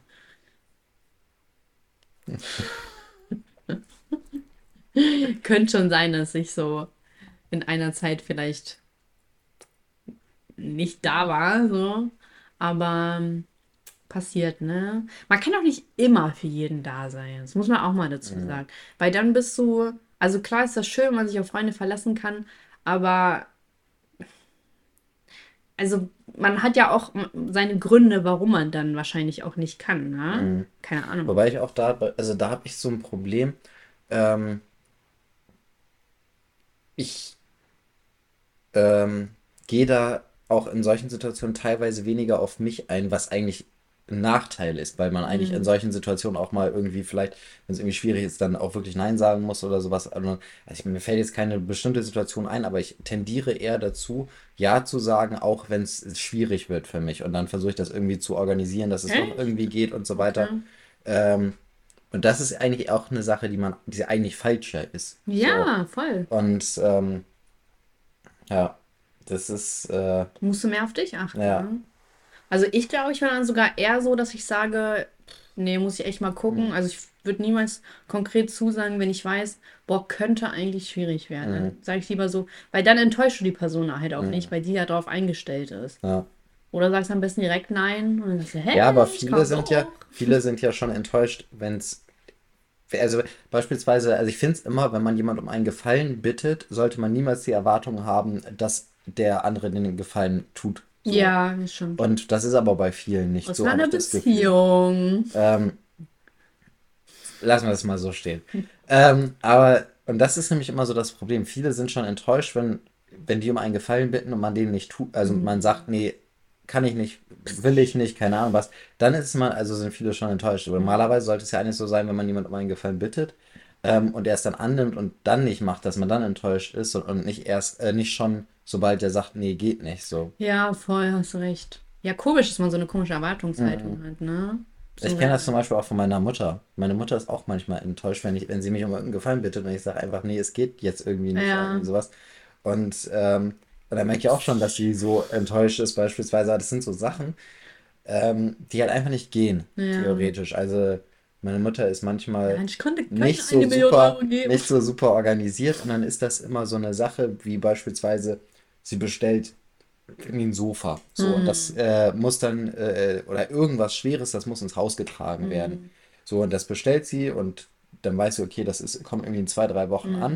könnte schon sein, dass ich so in einer Zeit vielleicht nicht da war, so. Aber ähm, passiert, ne? Man kann auch nicht immer für jeden da sein. Das muss man auch mal dazu Mhm. sagen. Weil dann bist du, also klar ist das schön, wenn man sich auf Freunde verlassen kann, aber also man hat ja auch seine Gründe, warum man dann wahrscheinlich auch nicht kann, ne? Mhm. Keine Ahnung. Wobei ich auch da, also da habe ich so ein Problem. Ähm, ich ähm, gehe da auch in solchen Situationen teilweise weniger auf mich ein, was eigentlich ein Nachteil ist, weil man eigentlich in Hm. solchen Situationen auch mal irgendwie vielleicht, wenn es irgendwie schwierig ist, dann auch wirklich Nein sagen muss oder sowas. Also ich, mir fällt jetzt keine bestimmte Situation ein, aber ich tendiere eher dazu, Ja zu sagen, auch wenn es schwierig wird für mich. Und dann versuche ich das irgendwie zu organisieren, dass es doch Echt? irgendwie geht und so weiter. Okay. Ähm, und das ist eigentlich auch eine Sache, die man, die eigentlich falscher ist. So. Ja, voll. Und ähm, ja, das ist, äh, Musst du mehr auf dich achten, ja. ne? Also ich glaube, ich bin dann sogar eher so, dass ich sage, nee, muss ich echt mal gucken. Mhm. Also ich würde niemals konkret zusagen, wenn ich weiß, boah, könnte eigentlich schwierig werden. Mhm. Dann sage ich lieber so, weil dann enttäuschst du die Person halt auch nicht, Mhm. weil die ja darauf eingestellt ist. Ja. Oder sagst am besten direkt nein und dann sagst du, hä, Ja, aber ich viele komm sind ja, doch. viele sind ja schon enttäuscht, wenn es, also beispielsweise, also ich finde es immer, wenn man jemand um einen Gefallen bittet, sollte man niemals die Erwartung haben, dass der andere den Gefallen tut. So. Ja, das stimmt. Und das ist aber bei vielen nicht. Aus So habe einer ich das Gefühl. Beziehung. Ähm, lassen wir das mal so stehen. Ähm, aber, und das ist nämlich immer so das Problem. Viele sind schon enttäuscht, wenn, wenn die um einen Gefallen bitten und man den nicht tut, also man sagt, nee, kann ich nicht, will ich nicht, keine Ahnung was, dann ist man, also sind viele schon enttäuscht. Aber normalerweise sollte es ja eigentlich so sein, wenn man jemand um einen Gefallen bittet, ähm, und er es dann annimmt und dann nicht macht, dass man dann enttäuscht ist und, und nicht erst, äh, nicht schon, sobald er sagt, nee, geht nicht, so. Ja, voll, hast recht. Ja, komisch, dass man so eine komische Erwartungshaltung Mhm. hat, ne? Ich kenne das Beziehungsweise, zum Beispiel auch von meiner Mutter. Meine Mutter ist auch manchmal enttäuscht, wenn ich, wenn sie mich um irgendeinen Gefallen bittet und ich sage einfach, nee, es geht jetzt irgendwie nicht, oder ja, irgendwie sowas. Und, ähm, und dann merke ich auch schon, dass sie so enttäuscht ist, beispielsweise. Das sind so Sachen, ähm, die halt einfach nicht gehen, ja. theoretisch. Also meine Mutter ist manchmal Nein, ich konnte keine nicht so eine Million super, Euro geben. nicht so super organisiert und dann ist das immer so eine Sache, wie beispielsweise, sie bestellt irgendwie ein Sofa. So, und das Hm, äh, muss dann, äh, oder irgendwas Schweres, das muss ins Haus getragen werden. hm, So, und das bestellt sie und dann weiß sie, okay, das ist, kommt irgendwie in zwei, drei Wochen an. hm.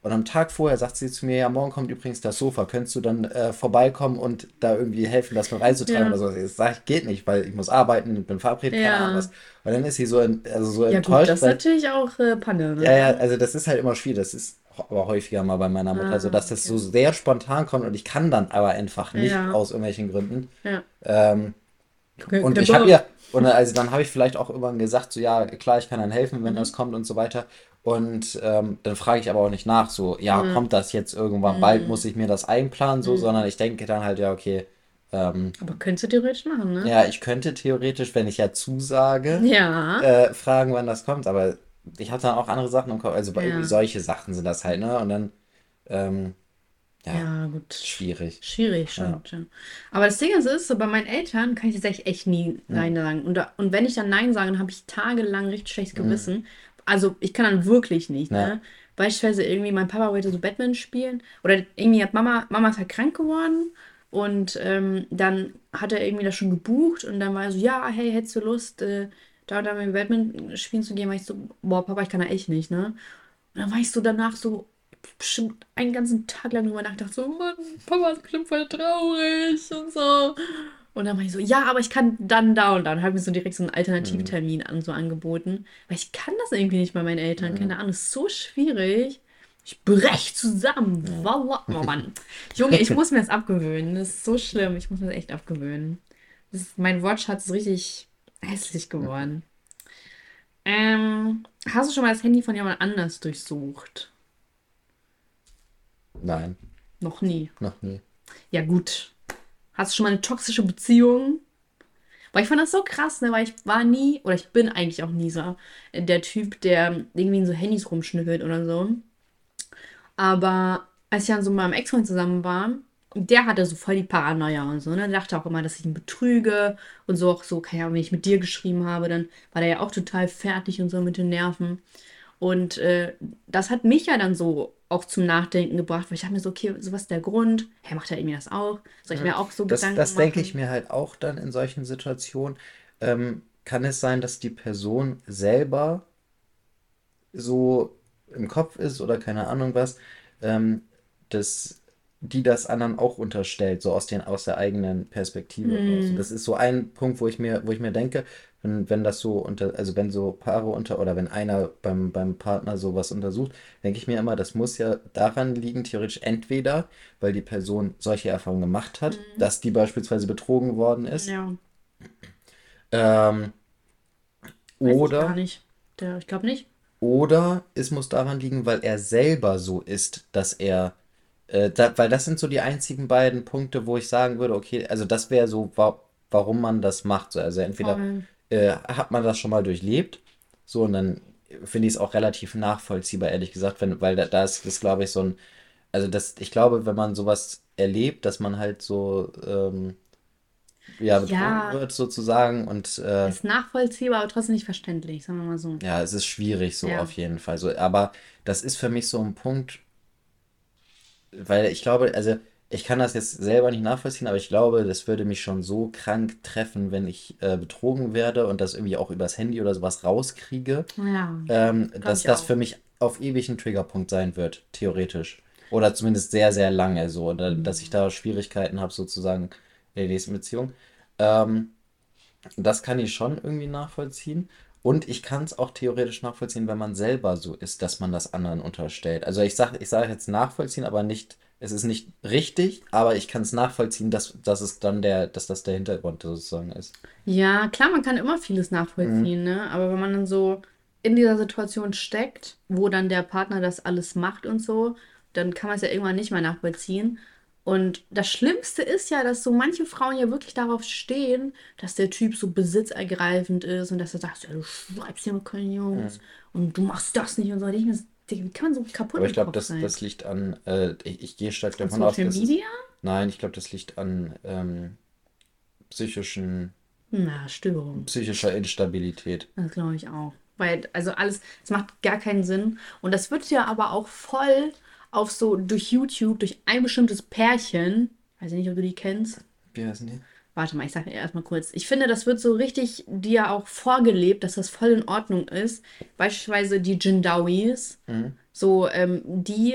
Und am Tag vorher sagt sie zu mir, ja, morgen kommt übrigens das Sofa, könntest du dann äh, vorbeikommen und da irgendwie helfen, das mit reinzutragen Ja. oder so. Ich sage ich, geht nicht, weil ich muss arbeiten, bin verabredet, keine Ahnung was. Ja. Und dann ist sie so, en- also so Ja, gut, enttäuscht, das ist weil, natürlich auch äh, Panne, ja, ne? ja, also das ist halt immer schwierig, das ist aber häufiger mal bei meiner Mutter so, Ah, dass das so okay. sehr spontan kommt und ich kann dann aber einfach nicht Ja. aus irgendwelchen Gründen. Ja. Ähm, Kein, und kein ich habe Bock. ihr, und also dann habe ich vielleicht auch irgendwann gesagt, so ja, klar, ich kann dann helfen, wenn das Mhm. kommt und so weiter. Und ähm, dann frage ich aber auch nicht nach, so, ja, Ja. kommt das jetzt irgendwann bald, muss Mhm. ich mir das einplanen, so, Mhm. sondern ich denke dann halt, ja, okay, ähm, Aber könntest du theoretisch machen, ne? ja, ich könnte theoretisch, wenn ich ja zusage, Ja. äh, fragen, wann das kommt, aber ich habe dann auch andere Sachen im Kopf, also irgendwie Ja. solche Sachen sind das halt, ne? Und dann, ähm, ja, Ja, gut. schwierig. Schwierig, Ja. schon, schon. Aber das Ding ist, ist, so bei meinen Eltern kann ich tatsächlich echt nie Mhm. Nein sagen. Und, da, und wenn ich dann Nein sage, dann habe ich tagelang richtig schlechtes Mhm. Gewissen. Also ich kann dann wirklich nicht, Ja. ne? Beispielsweise irgendwie, mein Papa wollte so Batman spielen. Oder irgendwie hat Mama, Mama ist halt krank geworden. Und ähm, dann hat er irgendwie das schon gebucht. Und dann war er so, ja, hey, hättest du Lust, äh, da und da mit Batman spielen zu gehen? War ich so, boah, Papa, ich kann da echt nicht, ne? Und dann war ich so danach so bestimmt einen ganzen Tag lang drüber nachgedacht, so, Mann, Papa ist bestimmt voll traurig und so. Und dann war ich so, ja, aber ich kann dann da und dann. Habe mir so direkt so einen Mhm. Alternativtermin an, so angeboten. Weil ich kann das irgendwie nicht bei meinen Eltern. Mhm. Keine Ahnung, ist so schwierig. Ich brech zusammen. Ja. Wallah. Oh Mann. Junge, ich muss mir das abgewöhnen. Das ist so schlimm. Ich muss mir das echt abgewöhnen. Das ist, mein Wortschatz ist richtig hässlich geworden. Ähm, hast du schon mal das Handy von jemand anders durchsucht? Nein, Noch nie. noch nie. Ja, gut. Hast du schon mal eine toxische Beziehung? Weil ich fand das so krass, ne? Weil ich war nie, oder ich bin eigentlich auch nie so der Typ, der irgendwie in so Handys rumschnüffelt oder so. Aber als ich dann so mit meinem Ex-Freund zusammen war, der hatte so voll die Paranoia und so, ne? Der dachte auch immer, dass ich ihn betrüge und so auch so, keine Ahnung, wenn ich mit dir geschrieben habe, dann war der ja auch total fertig und so mit den Nerven. Und äh, das hat mich ja dann so auch zum Nachdenken gebracht, weil ich dachte mir so, okay, so was ist der Grund? Hey, macht er irgendwie das auch? Soll ich Ja. mir auch so Das, Gedanken das denke ich machen? mir halt auch dann in solchen Situationen. Ähm, kann es sein, dass die Person selber so im Kopf ist oder keine Ahnung was, ähm, dass die das anderen auch unterstellt, so aus den, aus der eigenen Perspektive raus. Und Hm, das ist so ein Punkt, wo ich mir, wo ich mir denke, wenn, wenn das so unter, also wenn so Paare unter oder wenn einer beim, beim Partner sowas untersucht, denke ich mir immer, das muss ja daran liegen, theoretisch entweder, weil die Person solche Erfahrungen gemacht hat, hm, dass die beispielsweise betrogen worden ist, ja, ähm, weiß ich gar oder nicht. Der, ich glaube nicht. Oder es muss daran liegen, weil er selber so ist, dass er, äh, da, weil das sind so die einzigen beiden Punkte, wo ich sagen würde, okay, also das wäre so, wa warum man das macht. So, also entweder Voll. äh, hat man das schon mal durchlebt, so und dann finde ich es auch relativ nachvollziehbar, ehrlich gesagt, wenn, weil da, da ist das, glaube ich, so ein, also das, ich glaube, wenn man sowas erlebt, dass man halt so, ähm, ja, betrogen Ja, wird sozusagen und äh, ist nachvollziehbar, aber trotzdem nicht verständlich, sagen wir mal so. ja, es ist schwierig so Ja. auf jeden Fall. So, aber das ist für mich so ein Punkt, weil ich glaube, also ich kann das jetzt selber nicht nachvollziehen, aber ich glaube, das würde mich schon so krank treffen, wenn ich äh, betrogen werde und das irgendwie auch übers Handy oder sowas rauskriege, Ja, ähm, glaube dass ich das auch. für mich auf ewig ein Triggerpunkt sein wird, theoretisch. Oder zumindest sehr, sehr lange so, oder dass ich Hm. da Schwierigkeiten habe, sozusagen in der nächsten Beziehung. Ähm, Das kann ich schon irgendwie nachvollziehen. Und ich kann es auch theoretisch nachvollziehen, wenn man selber so ist, dass man das anderen unterstellt. Also ich sage ich sag jetzt nachvollziehen, aber nicht, es ist nicht richtig, aber ich kann es nachvollziehen, dass, dass es dann der, dass das der Hintergrund sozusagen ist. Ja, klar, man kann immer vieles Mhm. nachvollziehen, ne? Aber wenn man dann so in dieser Situation steckt, wo dann der Partner das alles macht und so, dann kann man es ja irgendwann nicht mehr nachvollziehen. Und das Schlimmste ist ja, dass so manche Frauen ja wirklich darauf stehen, dass der Typ so besitzergreifend ist und dass er sagt, ja, du schreibst hier mit keinen Jungs Mhm. und du machst das nicht und so. Ich denk mir so, Digga, wie kann man so kaputt Aber ich im glaube, Kopf das, sein? das liegt an, äh, ich, ich gehe stark An davon aus, Social dass es, Media? nein, ich glaube, das liegt an ähm, psychischen, Na, Störung. psychischer Instabilität. Das glaube ich auch. Weil, also alles, es macht gar keinen Sinn. Und das wird ja aber auch voll auf so durch YouTube, durch ein bestimmtes Pärchen, weiß ich nicht, ob du die kennst. Wie heißen die? Warte mal, ich sage erstmal kurz. Ich finde, das wird so richtig dir auch vorgelebt, dass das voll in Ordnung ist. Beispielsweise die Jindawis. Mhm. So, ähm, die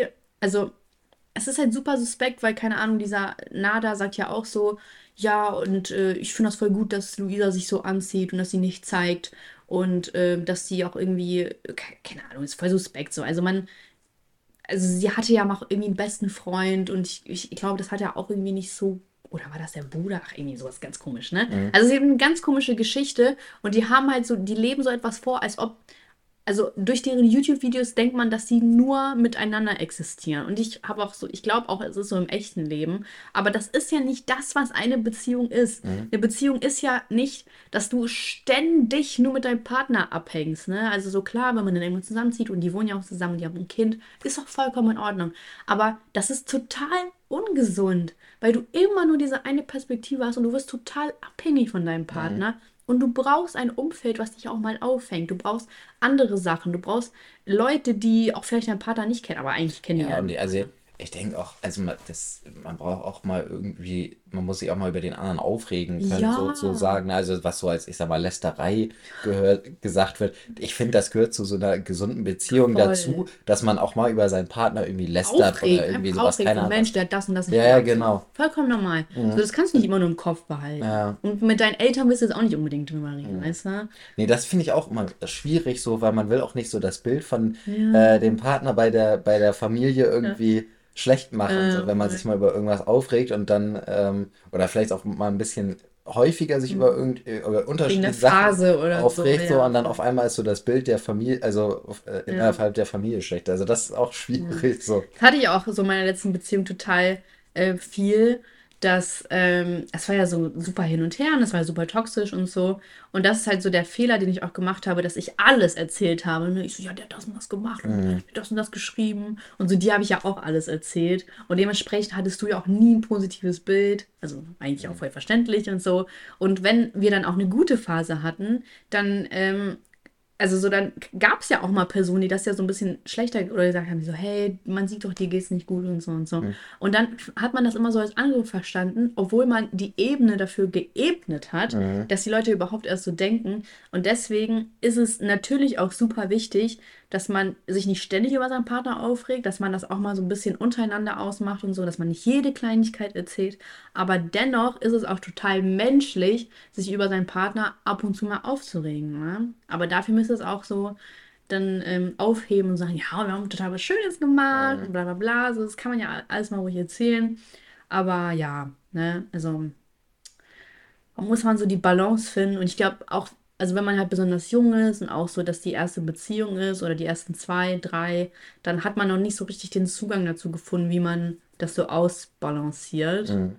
also es ist halt super suspekt, weil, keine Ahnung, dieser Nada sagt ja auch so, ja, und äh, ich finde das voll gut, dass Luisa sich so anzieht und dass sie nicht zeigt und äh, dass sie auch irgendwie, ke- keine Ahnung, ist voll suspekt so. Also man, also sie hatte ja auch irgendwie einen besten Freund und ich, ich, ich glaube, das hat ja auch irgendwie nicht so, oder war das der Bruder? Ach, irgendwie sowas ganz komisch, ne? Mhm. Also sie haben eine ganz komische Geschichte und die haben halt so, die leben so etwas vor, als ob also durch deren YouTube-Videos denkt man, dass sie nur miteinander existieren. Und ich habe auch so, ich glaube auch, es ist so im echten Leben. Aber das ist ja nicht das, was eine Beziehung ist. Mhm. Eine Beziehung ist ja nicht, dass du ständig nur mit deinem Partner abhängst. Ne? Also so klar, wenn man dann irgendwann zusammenzieht und die wohnen ja auch zusammen, die haben ein Kind, ist doch vollkommen in Ordnung. Aber das ist total ungesund, weil du immer nur diese eine Perspektive hast und du wirst total abhängig von deinem Mhm. Partner. Und du brauchst ein Umfeld, was dich auch mal auffängt. Du brauchst andere Sachen. Du brauchst Leute, die auch vielleicht deinen Partner nicht kennen, aber eigentlich kennen die Ja, ja und deinen die, also Partner. ich denke auch, also man, das, man braucht auch mal irgendwie, man muss sich auch mal über den anderen aufregen können, Ja, sozusagen. Also was so als, ich sag mal, Lästerei gehört, gesagt wird. Ich finde, das gehört zu so einer gesunden Beziehung dazu, voll. dass man auch mal über seinen Partner irgendwie lästert oder Aufregen, irgendwie einfach sowas, aufregen. keine So, Ahnung Mensch, was. der hat das und das nicht Ja, ja, gemacht. So, genau. vollkommen normal. So, Mhm. das kannst du nicht immer nur im Kopf behalten. Ja. Und mit deinen Eltern wirst du jetzt auch nicht unbedingt drüber reden, Mhm. weißt du? Nee, das finde ich auch immer schwierig so, weil man will auch nicht so das Bild von äh, Ja, dem Partner bei der, bei der Familie ja. irgendwie schlecht machen, so Äh, wenn man voll. sich mal über irgendwas aufregt und dann, ähm, oder vielleicht auch mal ein bisschen häufiger sich über Mhm. irgend, über Wegen der unterschiedliche Sachen Phase oder so, aufregt, so ja, und dann voll. auf einmal ist so das Bild der Familie, also auf, äh, Ja. innerhalb der Familie schlecht. Also das ist auch Ja. schwierig, so. Das hatte ich auch so in meiner letzten Beziehung total äh, viel, dass ähm, es war ja so super hin und her und es war super toxisch und so. Und das ist halt so der Fehler, den ich auch gemacht habe, dass ich alles erzählt habe. Ne? Ich so, ja, der hat das und das gemacht und Mhm. der hat das und das geschrieben. Und so, die habe ich ja auch alles erzählt. Und dementsprechend hattest du ja auch nie ein positives Bild. Also eigentlich auch voll verständlich und so. Und wenn wir dann auch eine gute Phase hatten, dann ähm, also so dann gab es ja auch mal Personen, die das ja so ein bisschen schlechter oder gesagt haben, die so, hey, man sieht doch, dir geht's nicht gut und so und so. Mhm. Und dann hat man das immer so als Angriff verstanden, obwohl man die Ebene dafür geebnet hat, Mhm. dass die Leute überhaupt erst so denken. Und deswegen ist es natürlich auch super wichtig, dass man sich nicht ständig über seinen Partner aufregt, dass man das auch mal so ein bisschen untereinander ausmacht und so, dass man nicht jede Kleinigkeit erzählt. Aber dennoch ist es auch total menschlich, sich über seinen Partner ab und zu mal aufzuregen. Ne? Aber dafür müsste es auch so dann ähm, aufheben und sagen, ja, wir haben total was Schönes gemacht Mhm. und bla bla bla. So, das kann man ja alles mal ruhig erzählen. Aber ja, ne, also da muss man so die Balance finden. Und ich glaube auch, also wenn man halt besonders jung ist und auch so, dass die erste Beziehung ist oder die ersten zwei, drei, dann hat man noch nicht so richtig den Zugang dazu gefunden, wie man das so ausbalanciert. Mhm.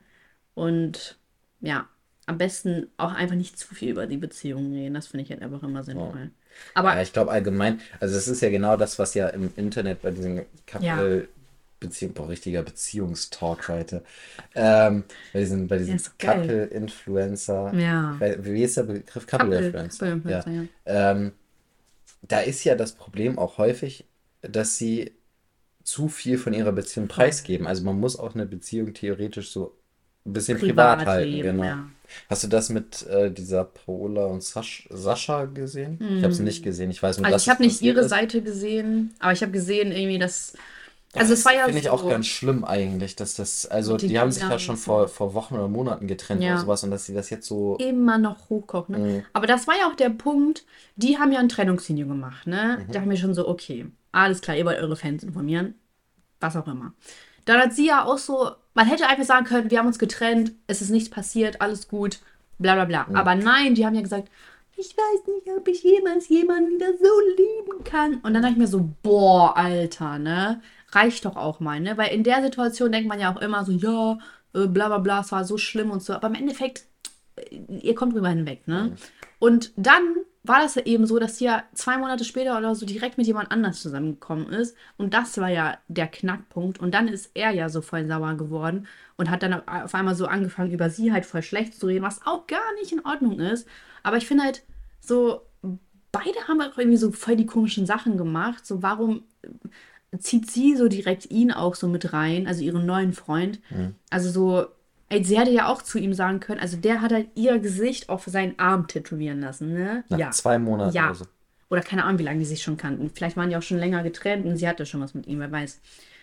Und ja, am besten auch einfach nicht zu viel über die Beziehung reden. Das finde ich halt einfach immer Ja. sinnvoll. Ja, Aber ich glaube allgemein, also es ist ja genau das, was ja im Internet bei diesen ja, Couple, Beziehung, boah, richtiger Beziehungstalk heute, ähm, bei diesen, bei ja, diesen ist doch geil. Couple-Influencer, ich Ja, weiß, wie ist der Begriff? Couple, Couple-Influencer, ja. Couple-Influencer, ja. Ähm, da ist ja das Problem auch häufig, dass sie zu viel von ihrer Beziehung Voll. preisgeben. Also man muss auch eine Beziehung theoretisch so ein bisschen privat halten, Privatleben, genau. ja. Hast du das mit äh, dieser Paola und Sasch Sascha gesehen? Ich habe es nicht Hm. gesehen. Ich weiß nur, Also dass ich es habe nicht passiert ihre ist. Seite gesehen, aber ich habe gesehen irgendwie, dass, also es Das war ja finde ich auch so ganz schlimm eigentlich, dass das, also mit den die haben sich ja Kindern schon und so. vor, vor Wochen oder Monaten getrennt oder Ja, sowas und dass sie das jetzt so. immer noch hochkocht, ne? Mh, Aber das war ja auch der Punkt, die haben ja ein Trennungsvideo gemacht, ne? mhm, Da haben wir schon so, okay, alles klar, ihr wollt eure Fans informieren, was auch immer. Dann hat sie ja auch so, man hätte einfach sagen können, wir haben uns getrennt, es ist nichts passiert, alles gut, bla bla bla. mh, Aber nein, die haben ja gesagt, ich weiß nicht, ob ich jemals jemanden wieder so lieben kann. Und dann dachte ich mir so, boah, Alter, ne? Reicht doch auch mal, ne? Weil in der Situation denkt man ja auch immer so, ja, äh, bla bla bla, es war so schlimm und so. Aber im Endeffekt, äh, ihr kommt drüber hinweg, ne? mh, Und dann war das ja eben so, dass sie ja zwei Monate später oder so direkt mit jemand anders zusammengekommen ist. Und das war ja der Knackpunkt. Und dann ist er ja so voll sauer geworden und hat dann auf einmal so angefangen, über sie halt voll schlecht zu reden, was auch gar nicht in Ordnung ist. Aber ich finde halt so, beide haben auch irgendwie so voll die komischen Sachen gemacht. So, warum zieht sie so direkt ihn auch so mit rein, also ihren neuen Freund? mh. Also so, ey, sie hätte ja auch zu ihm sagen können, also der hat halt ihr Gesicht auf seinen Arm tätowieren lassen, ne? Nach Ja. zwei Monaten oder Ja. so. Oder keine Ahnung, wie lange die sich schon kannten. Vielleicht waren die auch schon länger getrennt und sie hatte schon was mit ihm, wer weiß.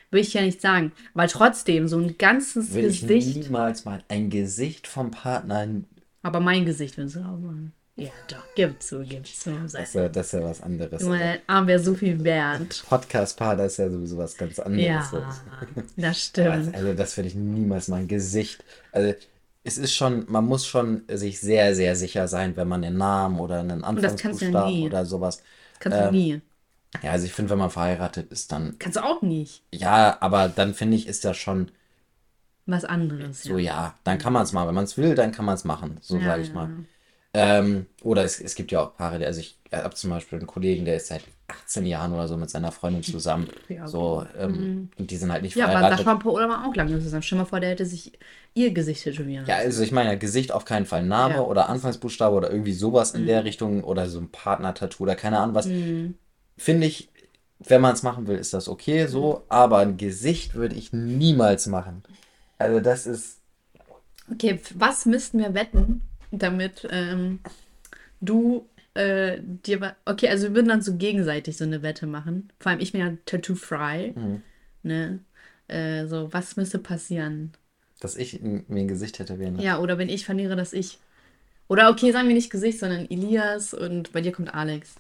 Würde ich ja nicht sagen. Weil trotzdem, so ein ganzes Will ich Gesicht. niemals mal ein Gesicht vom Partner. Aber mein Gesicht würdest du auch machen. Ja, doch, gib zu, gib zu. Das ist ja, das ist ja was anderes. Junge, dein Arm wäre so viel wert. Podcast-Partner ist ja sowieso was ganz anderes. Ja, das Aber stimmt. also das würde ich niemals mal ein Gesicht. Also es ist schon, man muss schon sich sehr, sehr sicher sein, wenn man einen Namen oder einen Und das kannst du ja Anfangsbuchstaben nie. oder sowas. Das kannst du Ähm, nie. ja, also ich finde, wenn man verheiratet ist, dann, Kannst du auch nicht. ja, aber dann finde ich, ist das schon Was anderes, so, ja. ja, dann kann man es mal. Wenn man es will, dann kann man es machen, so Ja, sage ja, ich mal. ja. Ähm, oder es, es gibt ja auch Paare, die, also ich habe zum Beispiel einen Kollegen, der ist seit achtzehn Jahren oder so mit seiner Freundin zusammen. Ja, okay. So, ähm, und die sind halt nicht Ja, aber verheiratet. Sascha und Paola waren auch lange zusammen. Stell mal vor, der hätte sich ihr Gesicht tätowieren Ja, lassen. also ich meine, Gesicht auf keinen Fall, Name Ja. oder Anfangsbuchstabe oder irgendwie sowas in der Richtung oder so ein Partner-Tattoo oder keine Ahnung was. Finde ich, wenn man es machen will, ist das okay so, aber ein Gesicht würde ich niemals machen. Also das ist, Okay, f- was müssten wir wetten, damit ähm, du äh, dir... wa- Okay, also wir würden dann so gegenseitig so eine Wette machen. Vor allem ich bin ja tattoo-frei. Ne? Äh, so, was müsste passieren? dass ich m- mir ein Gesicht tätowieren lasse. Ja, oder wenn ich verliere, dass ich... Oder okay, sagen wir nicht Gesicht, sondern Elias und bei dir kommt Alex.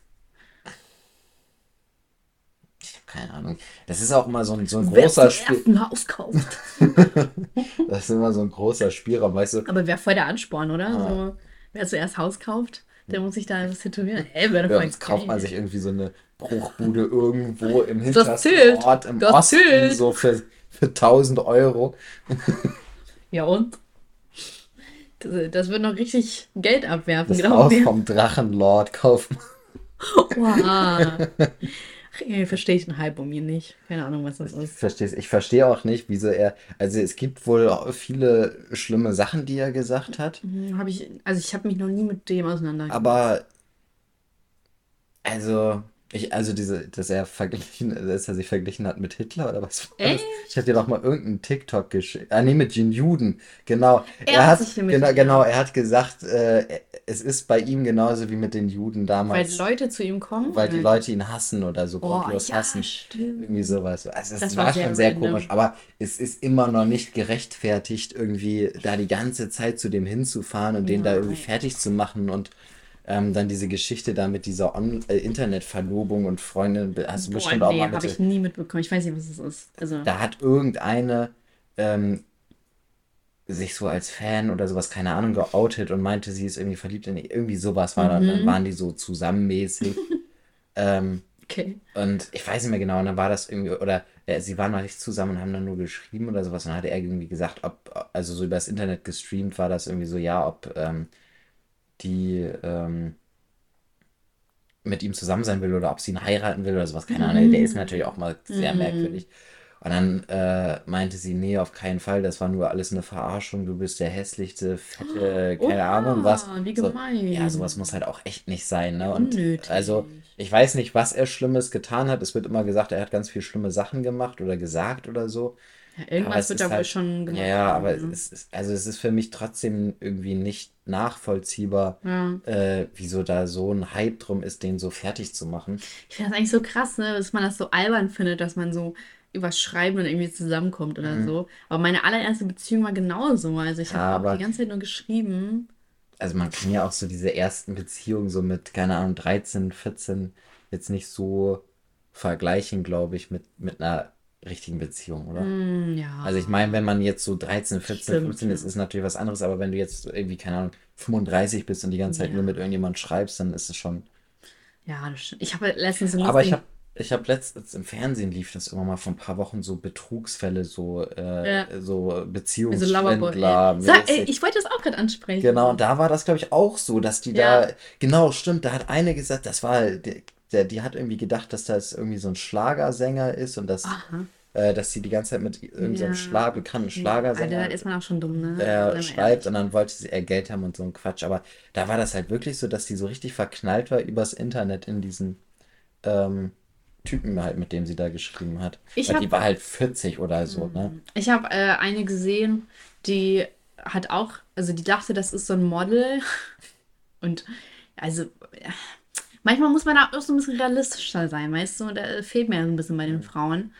Ich habe keine Ahnung. Das ist auch immer so ein, so ein Wer großer zuerst Spiel. ein Haus kauft. Das ist immer so ein großer Spielraum, weißt du? Aber wäre voll der Ansporn, oder? Ah. So, wer zuerst Haus kauft, der muss sich da was tätowieren. Ey, wäre doch Ja, voll sonst kauft man geil. sich irgendwie so eine Bruchbude irgendwo im Das hintersten zählt. Ort im Das Osten, zählt. so für, für tausend Euro. Ja und? Das, das wird noch richtig Geld abwerfen, Das glaub Haus mir. vom Drachenlord kaufen. Wow. Ey, verstehe ich den Hype um ihn nicht. Keine Ahnung, was das Ich ist. verstehe ich verstehe auch nicht, wieso er. Also es gibt wohl viele schlimme Sachen, die er gesagt hat, Hm, Hab ich, also ich habe mich noch nie mit dem auseinandergesetzt. aber also ich, also diese, dass er verglichen, dass er sich verglichen hat mit Hitler oder was war das? Echt? Ich habe dir doch mal irgendeinen TikTok geschickt. Ah nee, mit den Juden. Genau. Er Er hat hat sich hier mit genau, den- genau, er hat gesagt, äh, es ist bei ihm genauso wie mit den Juden Weil damals, Leute zu ihm kommen? weil die Leute ihn hassen oder so Oh, gottlos ja, hassen. stimmt. Irgendwie sowas. Also es Das war war sehr schon sehr random. komisch, aber es ist immer noch nicht gerechtfertigt, irgendwie da die ganze Zeit zu dem hinzufahren und den da irgendwie Nein. fertig zu machen und ähm, dann diese Geschichte da mit dieser On äh, Internetverlobung und Freundin, hast du Boah, bestimmt auch nee, mal habe mit. ich nie mitbekommen. Ich weiß nicht, was es ist. Also, Da hat irgendeine ähm, sich so als Fan oder sowas, keine Ahnung, geoutet und meinte, sie ist irgendwie verliebt in irgendwie sowas war dann, dann waren die so zusammenmäßig. ähm, okay. Und ich weiß nicht mehr genau, und dann war das irgendwie, oder äh, sie waren noch nicht zusammen und haben dann nur geschrieben oder sowas. Und dann hat er irgendwie gesagt, ob, also so übers Internet gestreamt war das irgendwie so, ja, ob ähm, die ähm, mit ihm zusammen sein will oder ob sie ihn heiraten will oder sowas. Keine Ahnung, der ist natürlich auch mal sehr merkwürdig. Und dann äh, meinte sie, nee, auf keinen Fall, das war nur alles eine Verarschung, du bist der hässlichste, fette, keine Oha, Ahnung was. wie So, gemein. ja, sowas muss halt auch echt nicht sein, ne? Und Unnötig. also, ich weiß nicht, was er Schlimmes getan hat. Es wird immer gesagt, er hat ganz viel schlimme Sachen gemacht oder gesagt oder so. Ja, Aber irgendwas es wird ist da wohl halt, schon ja, gemacht ja, aber haben. Ne? es ist, also es ist für mich trotzdem irgendwie nicht nachvollziehbar, Ja. äh, wieso da so ein Hype drum ist, den so fertig zu machen. Ich finde das eigentlich so krass, ne, dass man das so albern findet, dass man so übers Schreiben und irgendwie zusammenkommt oder so. Aber meine allererste Beziehung war genauso. Also ich Mhm. Ja, habe auch aber die ganze Zeit nur geschrieben. also man kann ja auch so diese ersten Beziehungen so mit, keine Ahnung, dreizehn, vierzehn jetzt nicht so vergleichen, glaube ich, mit, mit einer richtigen Beziehung, oder? Hm, ja, Also ich meine, wenn man jetzt so dreizehn, vierzehn, stimmt. fünfzehn ist, ist natürlich was anderes, aber wenn du jetzt irgendwie, keine Ahnung, fünfunddreißig bist und die ganze Zeit Ja. nur mit irgendjemand schreibst, dann ist es schon. Ja, das stimmt. Ich habe letztens so Aber ich lustig. habe ich hab letztens im Fernsehen lief das immer mal vor ein paar Wochen so Betrugsfälle, so, äh, Ja. so Also Loverboy. Beziehungsschwindler Ey. Sag, ey, mäßig. ich wollte das auch gerade ansprechen. Genau, und da war das, glaube ich, auch so, dass die Ja. da, genau, stimmt, da hat eine gesagt, das war, der, der, die hat irgendwie gedacht, dass das irgendwie so ein Schlagersänger ist und dass, Aha. äh, dass sie die ganze Zeit mit irgendeinem so einem Ja. Schlag, bekannten Alter, Schlagersänger da ist man auch schon dumm, ne? äh, Sei mal schreibt ehrlich. und dann wollte sie eher Geld haben und so ein Quatsch. Aber da war das halt wirklich so, dass die so richtig verknallt war übers Internet in diesen ähm, Typen halt, mit dem sie da geschrieben hat. Ich Weil habe die war halt vierzig oder so, ne? ich hab, äh, eine gesehen, die hat auch, also die dachte, das ist so ein Model. Und also ja, manchmal muss man da auch so ein bisschen realistischer sein, weißt du? Da fehlt mir ein bisschen bei den Frauen.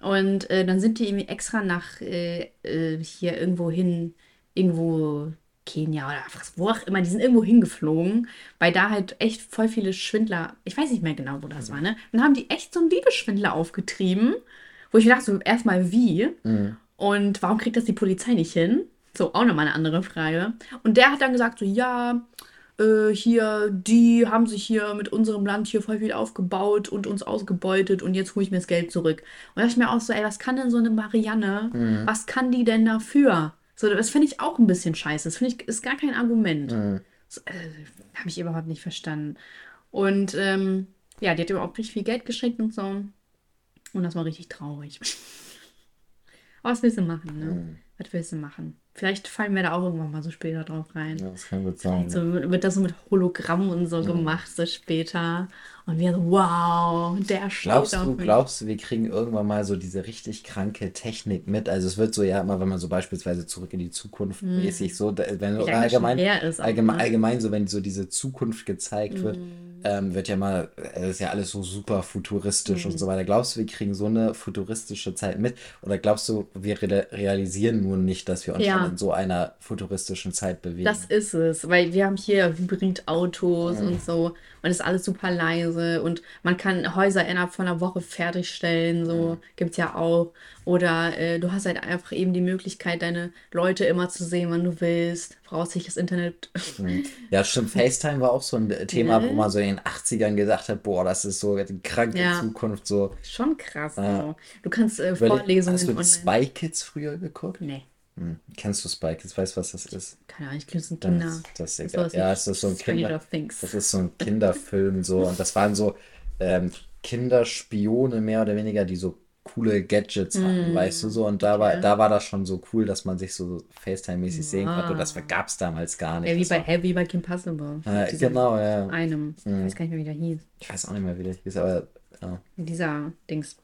Und äh, dann sind die irgendwie extra nach äh, äh, hier irgendwo hin, irgendwo Kenia oder was, wo auch immer, die sind irgendwo hingeflogen, weil da halt echt voll viele Schwindler, ich weiß nicht mehr genau, wo das war, ne? Dann haben die echt so einen Liebesschwindler aufgetrieben, wo ich mir dachte, so erstmal wie Mhm. und warum kriegt das die Polizei nicht hin? So, auch nochmal eine andere Frage. Und der hat dann gesagt, so, ja, äh, hier, die haben sich hier mit unserem Land hier voll viel aufgebaut und uns ausgebeutet und jetzt hole ich mir das Geld zurück. Und da dachte ich mir auch so, ey, was kann denn so eine Marianne, Mhm. was kann die denn dafür? So, das finde ich auch ein bisschen scheiße. Das finde ich, ist gar kein Argument. Mhm. So, äh, habe ich überhaupt nicht verstanden. Und ähm, ja, die hat überhaupt nicht viel Geld geschenkt und so. Und das war richtig traurig. Aber was willst du machen, ne? Mhm. Was willst du machen? Vielleicht fallen wir da auch irgendwann mal so später drauf rein. Ja, das kann gut Vielleicht sein. so, wird das so mit Hologramm und so Mhm. gemacht, so später. Und wir so, wow, der steht Glaubst auf du, mich. glaubst du, wir kriegen irgendwann mal so diese richtig kranke Technik mit? Also es wird so ja immer, wenn man so beispielsweise zurück in die Zukunft mäßig so, da- wenn Wie so lange das schon allgemein, her ist auch, allgemein, ne? allgemein so, wenn so diese Zukunft gezeigt wird, Mm, ähm, wird ja mal, äh, das ist ja alles so super futuristisch und mm. so weiter. Glaubst du, wir kriegen so eine futuristische Zeit mit? Oder glaubst du, wir re realisieren nur nicht, dass wir uns schon in Ja, so einer futuristischen Zeit das bewegen? ist es, weil wir haben hier Hybridautos Mhm. und so und ist alles super leise und man kann Häuser innerhalb von einer Woche fertigstellen, so gibt's ja auch. Oder äh, du hast halt einfach eben die Möglichkeit, deine Leute immer zu sehen, wann du willst. Brauchst nicht das Internet. Mhm. Ja, stimmt. FaceTime war auch so ein Thema, wo Ne? man so in den Achtzigern gesagt hat, boah, das ist so die kranke Ja, Zukunft. So, schon krass äh, so. Du kannst äh, überleg, hast Vorlesungen du online. Spy Kids früher geguckt? Nee, Hm. Kennst du Spy Kids? Weißt du, was das ist? keine Ahnung, ich glaube, das sind Dann Kinder. ist das egal. Sowas wie Ja, es ist so ein Kinder, Stranger Things. das ist so ein Kinderfilm so und das waren so ähm, Kinderspione mehr oder weniger, die so coole Gadgets hatten, weißt du Hm, so. Und da war, okay. da war das schon so cool, dass man sich so FaceTime-mäßig sehen konnte. Und das Wow. gab es damals gar Ja, nicht. wie Das bei war, Heavy bei Kim Possible. Mit äh, diesem genau, ja. einem. Ich weiß Hm. gar nicht mehr, wie der hieß. Ich weiß auch nicht mehr, wie das hieß, aber ja. Mit dieser Dings.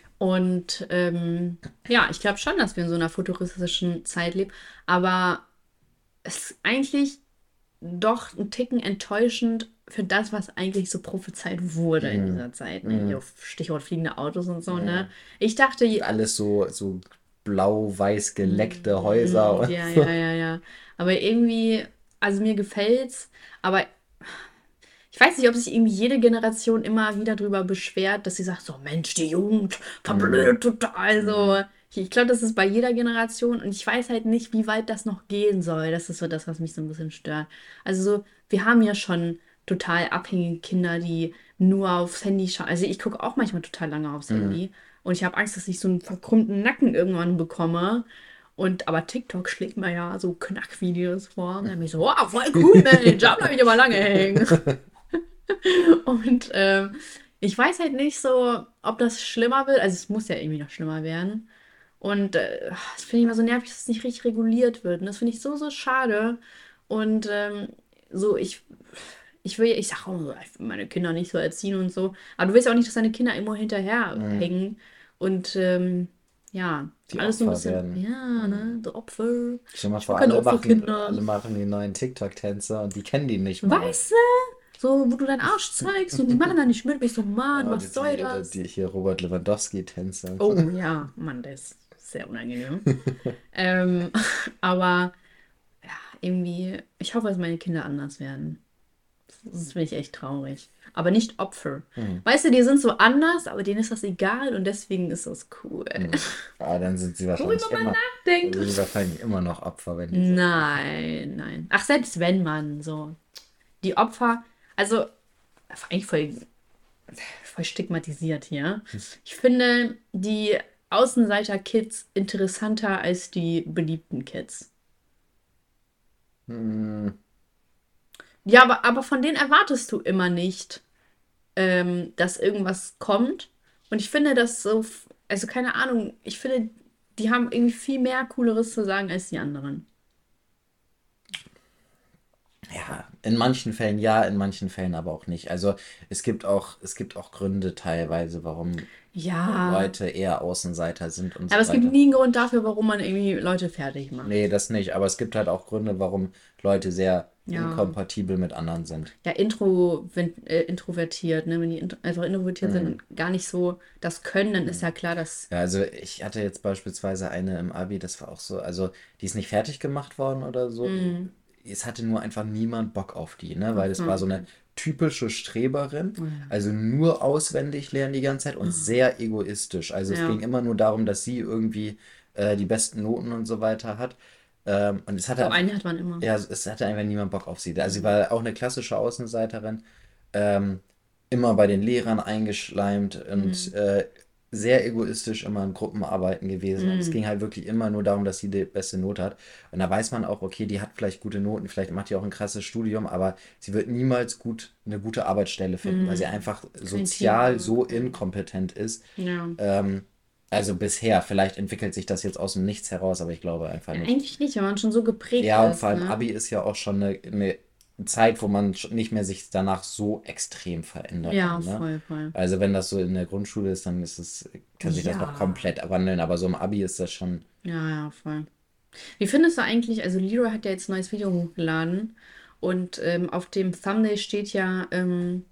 Und ähm, ja, ich glaube schon, dass wir in so einer futuristischen Zeit leben. Aber es ist eigentlich doch ein Ticken enttäuschend für das, was eigentlich so prophezeit wurde in Mhm. dieser Zeit. Ne? Hier Mhm. auf Stichwort fliegende Autos und so, ne? Ja. Ich dachte, Und je- alles so, so blau-weiß geleckte Häuser mm, und ja, so. ja, ja, ja. Aber irgendwie, also mir gefällt's, aber ich weiß nicht, ob sich irgendwie jede Generation immer wieder drüber beschwert, dass sie sagt, so Mensch, die Jugend Mhm. verblödet total so. Mhm. Ich, ich glaube, das ist bei jeder Generation und ich weiß halt nicht, wie weit das noch gehen soll. Das ist so das, was mich so ein bisschen stört. Also so, wir haben ja schon total abhängige Kinder, die nur aufs Handy schauen. Also ich gucke auch manchmal total lange aufs Mhm. Handy und ich habe Angst, dass ich so einen verkrümmten Nacken irgendwann bekomme. Und aber TikTok schlägt mir ja so Knackvideos vor. Und dann bin ich so, wow, voll cool, Mensch, da bleib ich aber lange hängen. Und ähm, ich weiß halt nicht so, ob das schlimmer wird. Also es muss ja irgendwie noch schlimmer werden. Und äh, das finde ich immer so nervig, dass es nicht richtig reguliert wird. Und das finde ich so, so schade. Und ähm, so, ich, ich will, ich sage auch so, ich will meine Kinder nicht so erziehen und so. Aber du willst ja auch nicht, dass deine Kinder immer Mhm. hinterherhängen. Und ähm, ja, Die alles so ein Opfer bisschen, werden. ja, Mhm. ne, so Opfer. Stell dir mal Ich will vor, keine alle machen, Opferkinder. alle machen die neuen TikTok-Tänze und die kennen die nicht mal. Weißt du? So, wo du deinen Arsch zeigst und die machen da nicht mit. Bin ich so, Mann, Ja, die, was soll die, das? die hier Robert Lewandowski-Tänze. Oh ja, Mann, das ist sehr unangenehm. Ähm, aber ja, irgendwie, ich hoffe, dass meine Kinder anders werden. Das finde ich echt traurig. Aber nicht Opfer. Mhm. Weißt du, die sind so anders, aber denen ist das egal und deswegen ist das cool. Mhm. Ah, dann sind sie Worüber wahrscheinlich man immer, nachdenkt. sind sie wahrscheinlich immer noch Opfer, wenn die so machen. Nein, nein. Ach, selbst wenn man so. Die Opfer, also eigentlich voll voll stigmatisiert hier. Ich finde die Außenseiter-Kids interessanter als die beliebten Kids. Mhm. Ja, aber, aber von denen erwartest du immer nicht, ähm, dass irgendwas kommt. Und ich finde das so, f- also keine Ahnung, ich finde, die haben irgendwie viel mehr Cooleres zu sagen als die anderen. Ja, in manchen Fällen ja, in manchen Fällen aber auch nicht. Also es gibt auch, es gibt auch Gründe teilweise, warum Ja. Leute eher Außenseiter sind und Aber so es gibt weiter. nie einen Grund dafür, warum man irgendwie Leute fertig macht. Nee, das nicht. Aber es gibt halt auch Gründe, warum Leute sehr Ja. inkompatibel mit anderen sind. Ja, intro, wenn, äh, introvertiert, ne? Wenn die int einfach introvertiert sind Mhm. und gar nicht so das können, dann ist Mhm. ja klar, dass. Ja, also ich hatte jetzt beispielsweise eine im Abi, das war auch so, also die ist nicht fertig gemacht worden oder so. Mm, Es hatte nur einfach niemand Bock auf die, ne? ach Weil es so, war so okay. eine typische Streberin, Oh ja. also nur auswendig lernen die ganze Zeit und sehr egoistisch. Also es ging Ja. immer nur darum, dass sie irgendwie äh, die besten Noten und so weiter hat. Ähm, und es hatte So einfach, eine hat man immer. ja, es hatte einfach niemand Bock auf sie. Also sie Mm, war auch eine klassische Außenseiterin, ähm, immer bei den Lehrern eingeschleimt und mm, äh, sehr egoistisch immer in Gruppenarbeiten gewesen. Und es mm, ging halt wirklich immer nur darum, dass sie die beste Note hat. Und da weiß man auch, okay, die hat vielleicht gute Noten, vielleicht macht die auch ein krasses Studium, aber sie wird niemals gut eine gute Arbeitsstelle finden, weil sie mm. einfach Kein sozial Teamwork. so Mm. inkompetent ist. Ja. Ähm, also bisher, vielleicht entwickelt sich das jetzt aus dem Nichts heraus, aber ich glaube einfach Ja, nicht. eigentlich nicht, wenn man schon so geprägt Ja, und vor ist, allem ne? Abi ist ja auch schon eine, eine Zeit, wo man sch- nicht mehr sich danach so extrem verändern Ja, kann, ne? voll, voll. Also wenn das so in der Grundschule ist, dann ist es, kann sich das noch Ja. komplett wandeln, aber so im Abi ist das schon. Ja, ja, voll. Wie findest du eigentlich, also Leroy hat ja jetzt ein neues Video hochgeladen und ähm, auf dem Thumbnail steht ja, ähm,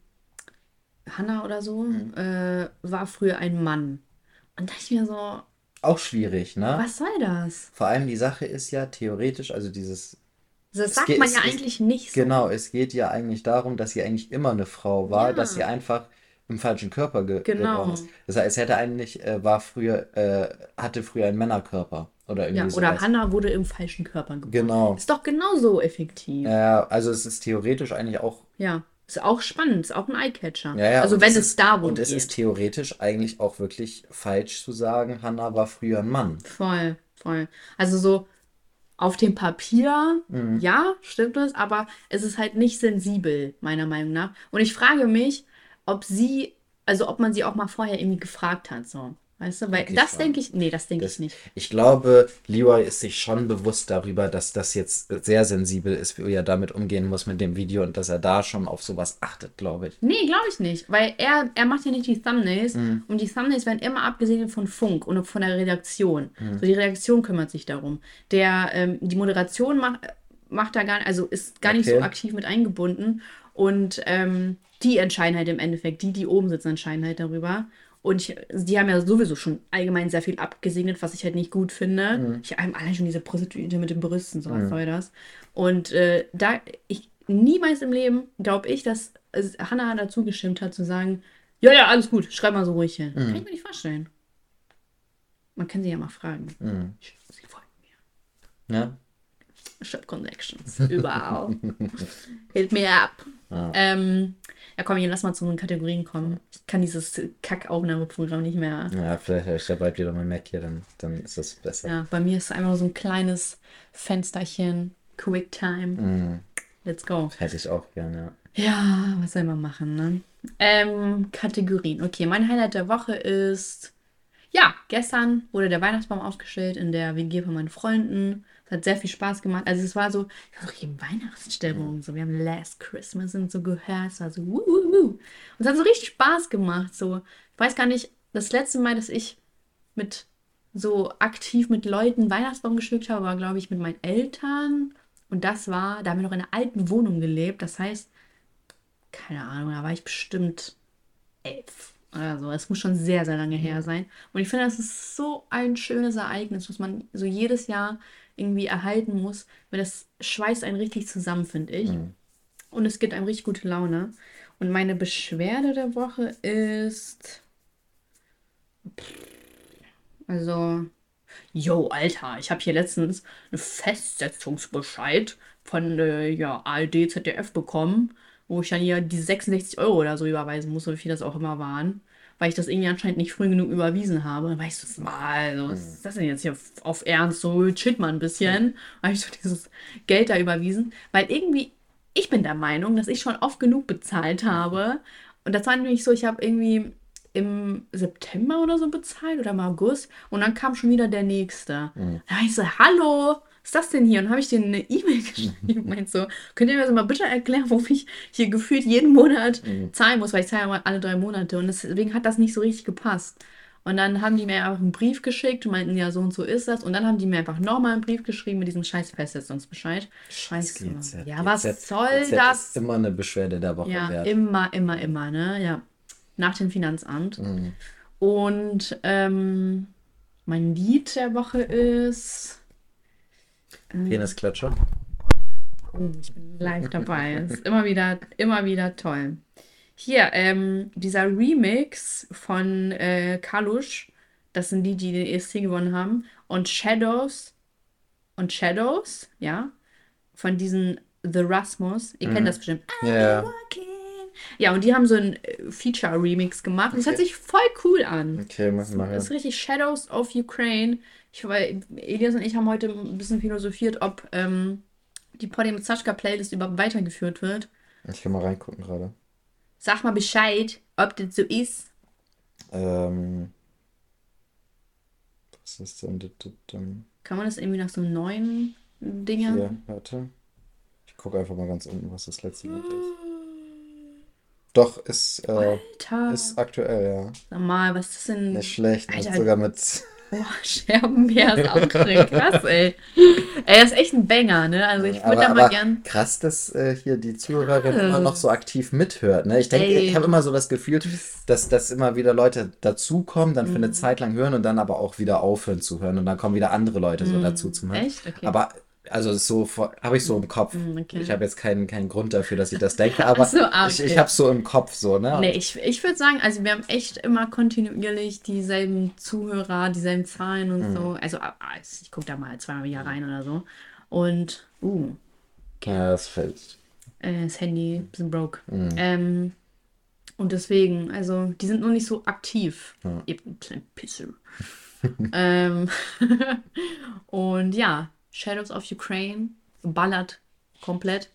Hannah oder so, Mhm. äh, war früher ein Mann. Und da dachte ich mir so, Auch schwierig, ne? was soll das? Vor allem die Sache ist ja theoretisch, also dieses, Das es sagt geht, man ja es, es, eigentlich nicht genau, so. es geht ja eigentlich darum, dass sie eigentlich immer eine Frau war, dass sie Ja, einfach im falschen Körper ge geboren ist. genau. Das heißt, es hätte eigentlich, äh, war früher, äh, hatte früher einen Männerkörper oder irgendwie Ja, oder sowas. Hannah wurde im falschen Körper geboren. Genau. Ist doch genauso effektiv. Ja, also es ist theoretisch eigentlich auch, Ja, ist auch spannend, ist auch ein Eyecatcher. ja, ja, Also und wenn es es ist, und darum es ist geht. theoretisch eigentlich auch wirklich falsch zu sagen, Hannah war früher ein Mann. Voll, voll. Also so auf dem Papier, Mhm. ja, stimmt es, aber es ist halt nicht sensibel, meiner Meinung nach. Und ich frage mich, ob sie, also ob man sie auch mal vorher irgendwie gefragt hat, so. Weißt du, weil Denke ich das schon. denke ich, nee, das denke ich Das, nicht. ich glaube, Leroy ist sich schon bewusst darüber, dass das jetzt sehr sensibel ist, wie er damit umgehen muss mit dem Video und dass er da schon auf sowas achtet, glaube ich. Nee, glaube ich nicht, weil er, er macht ja nicht die Thumbnails Mhm. und die Thumbnails werden immer abgesegnet von Funk und von der Redaktion. Mhm. So, die Redaktion kümmert sich darum. Der, ähm, die Moderation macht, macht da gar, also ist gar nicht so Okay. aktiv mit eingebunden und ähm, die entscheiden halt im Endeffekt, die, die oben sitzen, entscheiden halt darüber. Und ich, die haben ja sowieso schon allgemein sehr viel abgesegnet, was ich halt nicht gut finde. Mhm. Ich allein schon diese Prostituierte mit den Brüsten, so was Mhm. soll das? Und äh, da, ich niemals im Leben glaube ich, dass äh, Hannah dazu gestimmt hat, zu sagen, ja, ja, alles gut, schreib mal so ruhig hin. Kann ich Mhm. mir nicht vorstellen. Man kann sie ja mal fragen. Mhm. Sie folgt Ja. mir. Shop Connections. Überall. Hit me up. Ja. Ähm, ja, komm, hier lass mal zu den Kategorien kommen. Ich kann dieses Kackaufnahmeprogramm nicht mehr. Ja, vielleicht habe ich da bald wieder mein Mac hier, dann, dann ist das besser. Ja, bei mir ist es einfach so ein kleines Fensterchen. Quicktime. Mhm. Let's go. Hätte ich auch gerne, Ja, was soll man machen, ne? Ähm, Kategorien. Okay, mein Highlight der Woche ist. Ja, gestern wurde der Weihnachtsbaum aufgestellt in der W G von meinen Freunden. Es hat sehr viel Spaß gemacht. Also es war so, ich war so richtig in Weihnachtsstimmung. So, wir haben Last Christmas und so gehört. Es war so, wuh, wuh, wuh. Und es hat so richtig Spaß gemacht. So, ich weiß gar nicht, das letzte Mal, dass ich mit so aktiv mit Leuten Weihnachtsbaum geschmückt habe, war, glaube ich, mit meinen Eltern. Und das war, da haben wir noch in einer alten Wohnung gelebt. Das heißt, keine Ahnung, da war ich bestimmt elf oder so. Es muss schon sehr, sehr lange her ja. sein. Und ich finde, das ist so ein schönes Ereignis, was man so jedes Jahr irgendwie erhalten muss, weil das schweißt einen richtig zusammen, finde ich. Mhm. Und es gibt einem richtig gute Laune. Und meine Beschwerde der Woche ist, also, yo, Alter, ich habe hier letztens einen Festsetzungsbescheid von äh, ja, A R D, Z D F bekommen, wo ich dann hier die sechsundsechzig Euro oder so überweisen muss, so wie viel das auch immer waren, weil ich das irgendwie anscheinend nicht früh genug überwiesen habe. Dann weißt du, das mal, so, was Mhm. ist das denn jetzt hier auf, auf Ernst? So, chill mal ein bisschen. Dann habe ich so dieses Geld da überwiesen, weil irgendwie, ich bin der Meinung, dass ich schon oft genug bezahlt habe. Und das war nämlich so, ich habe irgendwie im September oder so bezahlt oder im August und dann kam schon wieder der nächste. Mhm. Da war ich so, hallo, ist das denn hier? Und habe ich dir eine E-Mail geschrieben. Meint so, könnt ihr mir das mal bitte erklären, wofür ich hier gefühlt jeden Monat Mhm. zahlen muss, weil ich zahle ja mal alle drei Monate. Und deswegen hat das nicht so richtig gepasst. Und dann haben die mir einfach einen Brief geschickt und meinten, ja, so und so ist das. Und dann haben die mir einfach nochmal einen Brief geschrieben mit diesem scheiß Festsetzungsbescheid. Scheiß Weißt du, G Z. ja, GZ, was soll G Z ist das? immer eine Beschwerde der Woche Ja, wert. immer, immer, immer, ne? Ja. Nach dem Finanzamt. Mhm. Und ähm, mein Lied der Woche ist. Penisklatscher. Oh, ich bin live dabei. Es ist immer wieder, immer wieder toll. Hier, ähm, dieser Remix von äh, Kalush, das sind die, die den E S C gewonnen haben, und Shadows, und Shadows, ja, von diesen The Rasmus, ihr kennt Mhm. das bestimmt. Ja, I've ja. been working. Ja, und die haben so einen äh, Feature-Remix gemacht. Und es hört Okay. sich voll cool an. Okay, müssen wir Das ist hören. richtig Shadows of Ukraine. Ich, weil Elias und ich haben heute ein bisschen philosophiert, ob ähm, die Poddy mit Sascha Playlist überhaupt weitergeführt wird. Ich kann mal reingucken gerade. Sag mal Bescheid, ob das so ist. Ähm, was ist denn das? das, ähm, Kann man das irgendwie nach so neuen Hier, Dingern? warte. Ich gucke einfach mal ganz unten, was das letzte Lied ist. Doch, ist, äh, Alter. ist aktuell, ja. Sag mal, was ist das denn? Nicht schlecht. Mit, Alter, sogar mit. boah, Scherbenmeer ist auch drin. Krass, ey. Ey, das ist echt ein Banger, ne? Also ich würde Aber, da mal aber gern. krass, dass äh, hier die Zuhörerin immer noch Krass. so aktiv mithört. Ne? Ich denke, ich Ey, habe du, immer so das Gefühl, du bist. dass, dass immer wieder Leute dazukommen, dann für eine Mm, Zeit lang hören und dann aber auch wieder aufhören zu hören und dann kommen wieder andere Leute so dazu mm, zum Hören. echt? Okay. Aber also ist so vor- habe ich so im Kopf. Mm, Ich okay. habe jetzt keinen, keinen Grund dafür, dass ich das denke, Ach aber so, ah, ich, ich okay. habe so im Kopf so, ne? Nee, Und, ich, ich würde sagen, also wir haben echt immer kontinuierlich dieselben Zuhörer, dieselben Zahlen und mm, so. Also ah, ah, ich gucke da mal zweimal im Jahr rein oder so. Und, uh, ja, das fällt. äh, das Handy, ein bisschen broke. Mm, Ähm, und deswegen, also die sind noch nicht so aktiv. ja. Ihr kleinen Pisser. Ähm, und ja, Shadows of Ukraine, ballert komplett.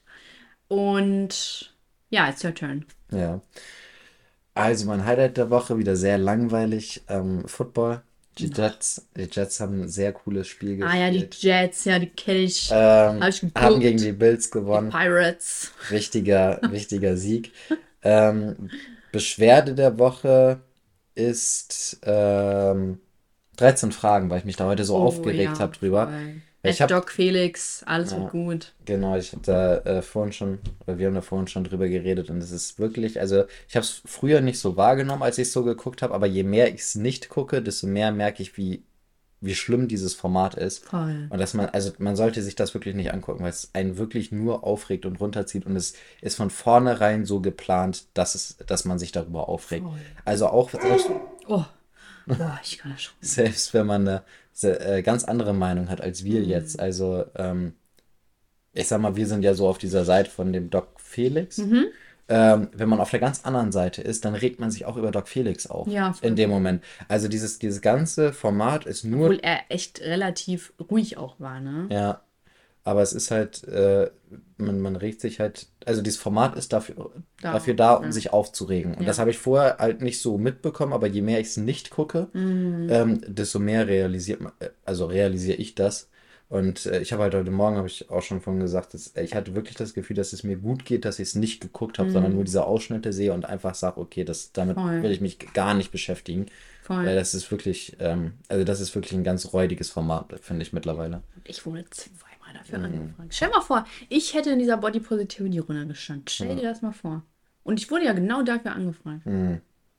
Und ja, it's your turn. Ja. Also mein Highlight der Woche, wieder sehr langweilig. Ähm, Football. Die Jets, die Jets haben ein sehr cooles Spiel Ah ja, die gespielt. Jets, ja, die kenne ich. Ähm, Habe ich haben gegen geguckt. die Bills Die gewonnen. Pirates. Wichtiger, wichtiger Sieg. Ähm, Beschwerde der Woche ist ähm, dreizehn Fragen, weil ich mich da heute so Oh aufgeregt ja, habe drüber. voll. Weil ich At habe Doc Felix, alles wird ja, gut. genau, ich habe da äh, vorhin schon, oder wir haben da vorhin schon drüber geredet und es ist wirklich, also ich habe es früher nicht so wahrgenommen, als ich es so geguckt habe, aber je mehr ich es nicht gucke, desto mehr merke ich, wie, wie schlimm dieses Format ist. Voll. Und dass man, also man sollte sich das wirklich nicht angucken, weil es einen wirklich nur aufregt und runterzieht und es ist von vornherein so geplant, dass es, dass man sich darüber aufregt. Voll. Also auch selbst, Oh, boah, ich kann das schon. selbst wenn man eine se- äh, ganz andere Meinung hat als wir jetzt. Mhm. Also, ähm, ich sag mal, wir sind ja so auf dieser Seite von dem Doc Felix. Mhm. Ähm, wenn man auf der ganz anderen Seite ist, dann regt man sich auch über Doc Felix auf. Ja, In voll. dem Moment. Also dieses, dieses ganze Format ist nur, Obwohl er echt relativ ruhig auch war, ne? ja, aber es ist halt, äh, man, man regt sich halt, also dieses Format ist dafür, dafür Da, da, um ja. sich aufzuregen. Und das Ja. habe ich vorher halt nicht so mitbekommen, aber je mehr ich es nicht gucke, Mhm. ähm, desto mehr realisiert man, äh, also realisiere ich das. Und äh, ich habe halt heute Morgen, habe ich auch schon von gesagt, dass, äh, ich hatte wirklich das Gefühl, dass es mir gut geht, dass ich es nicht geguckt habe, sondern nur Mhm. diese Ausschnitte sehe und einfach sage, okay, das, damit Voll. will ich mich gar nicht beschäftigen. Weil Voll. das ist wirklich, ähm, also das ist wirklich ein ganz räudiges Format, finde ich mittlerweile. Und ich wurde zweimal dafür Mhm. angefragt. Stell dir mal vor, ich hätte in dieser Body Positivity Runde gestanden. Stell dir Ja. das mal vor. Und ich wurde ja genau dafür angefragt. Mhm.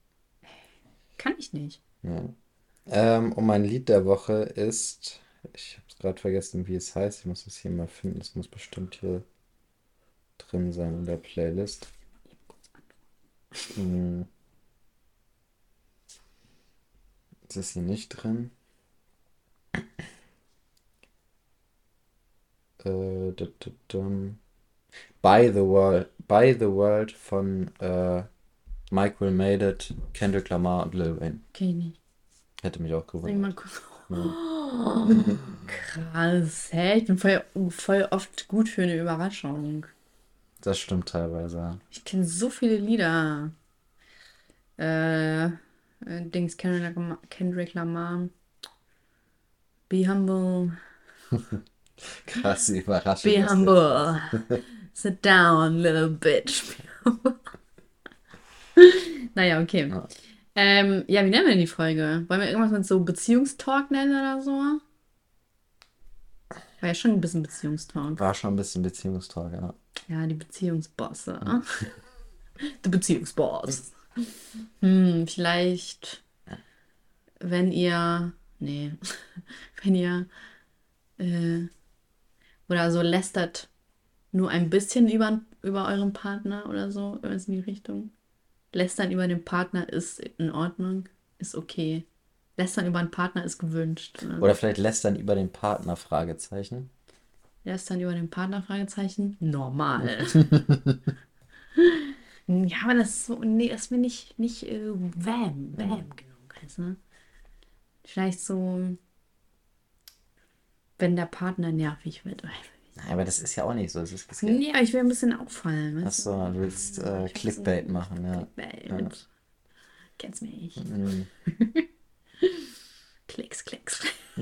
Kann ich nicht. Ja. Ähm, und mein Lied der Woche ist, ich habe es gerade vergessen, wie es heißt. Ich muss es hier mal finden. Es muss bestimmt hier drin sein in der Playlist. Hm, ist es hier nicht drin? Äh, da, da, dum. By the World, By the World von äh, Mike Will Made It, Kendrick Lamar und Lil Wayne. Kenn ich nicht. Hätte mich auch Soll ich mal gewundert. kurz. Ja. Oh, krass. Hä? Ich bin voll, voll oft gut für eine Überraschung. Das stimmt teilweise. Ja. Ich kenne so viele Lieder. Äh, äh, Dings, Kendrick Lamar, Kendrick Lamar. Be Humble. Krasse Überraschung. Be Das ist humble. Sit down, little bitch. Naja, okay. ja. Ähm, ja, wie nennen wir denn die Folge? Wollen wir irgendwas mit so Beziehungstalk nennen oder so? War ja schon ein bisschen Beziehungstalk. War schon ein bisschen Beziehungstalk, ja. Ja, die Beziehungsbosse. Der Beziehungsboss. Hm, vielleicht, wenn ihr, nee, wenn ihr, äh, oder so lästert nur ein bisschen über, über euren Partner oder so, irgendwas in die Richtung. Lästern über den Partner ist in Ordnung, ist okay. Lästern über einen Partner ist gewünscht. Oder Oder so. vielleicht lästern über den Partner, Fragezeichen. Lästern über den Partner, Fragezeichen, normal. Ja, aber das ist so, nee, das ist mir nicht, nicht äh, wham, wham genug, weißt du? Vielleicht so, wenn der Partner nervig wird. Nein, aber das ist ja auch nicht so. Das ist, das Nee, aber ich will ein bisschen auffallen, weißt Achso, du willst äh, ich hab Clickbait so machen, ja. Clickbait. Kennst mich. Mhm. Klicks, Klicks.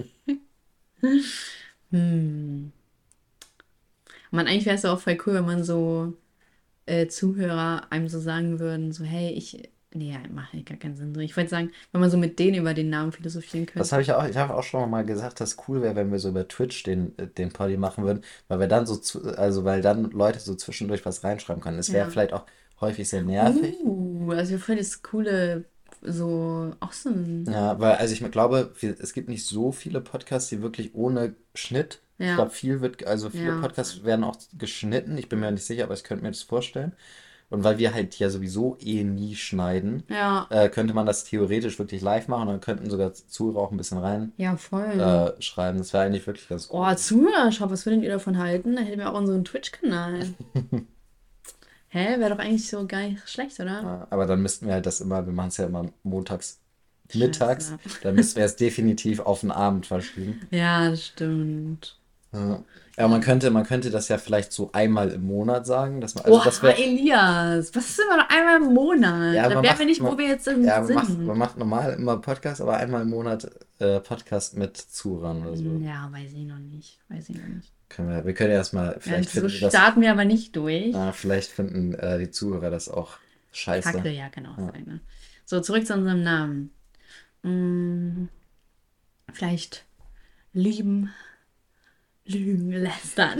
Hm. Man, eigentlich wäre es ja auch voll cool, wenn man so äh, Zuhörer einem so sagen würden, so, hey, ich, nee, ja, macht ja gar keinen Sinn. So, ich wollte sagen, wenn man so mit denen über den Namen philosophieren Das könnte. habe ich auch, ich habe auch schon mal gesagt, dass es cool wäre, wenn wir so über Twitch den, äh, den Poddy machen würden, weil wir dann so, zu, also weil dann Leute so zwischendurch was reinschreiben können. Es wäre Ja. vielleicht auch häufig sehr nervig. Uh, also voll das coole, so, auch so ein, Ja, weil, also ich glaube, wir, es gibt nicht so viele Podcasts, die wirklich ohne Schnitt. Ich ja, glaube, viel wird, also viele ja, Podcasts werden auch geschnitten. Ich bin mir nicht sicher, aber ich könnte mir das vorstellen. Und weil wir halt ja sowieso eh nie schneiden, ja, äh, könnte man das theoretisch wirklich live machen und dann könnten sogar Zuhörer auch ein bisschen rein ja, voll. äh, schreiben. Das wäre eigentlich wirklich ganz Oh, cool. Zuhörerschaft, was würdet ihr davon halten? Dann hätten wir auch unseren Twitch-Kanal. Hä? Wäre doch eigentlich so gar nicht schlecht, oder? Ja, aber dann müssten wir halt das immer, wir machen es ja immer montags, mittags, Scheiße. dann müssten wir es definitiv auf den Abend verschieben. Ja, das stimmt. Ja. Aber man könnte, man könnte das ja vielleicht so einmal im Monat sagen, dass man, also Oha, das wäre, Elias, was ist immer noch einmal im Monat? ja, Da man wären wir macht, nicht, wo man, wir jetzt sind. ja, man macht, man sind. macht normal immer Podcast, aber einmal im Monat äh, Podcast mit Zuhörern oder so. Ja, weiß ich noch nicht. Weiß ich noch nicht. Können wir, wir können ja erstmal, Ja, vielleicht so finden die das, starten wir aber nicht durch. ah, vielleicht finden äh, die Zuhörer das auch scheiße. Kacke, ja, kann auch Ja. sein. Ne? So, zurück zu unserem Namen. Hm, vielleicht lieben, lügen, lästern.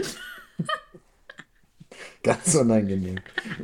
Ganz unangenehm.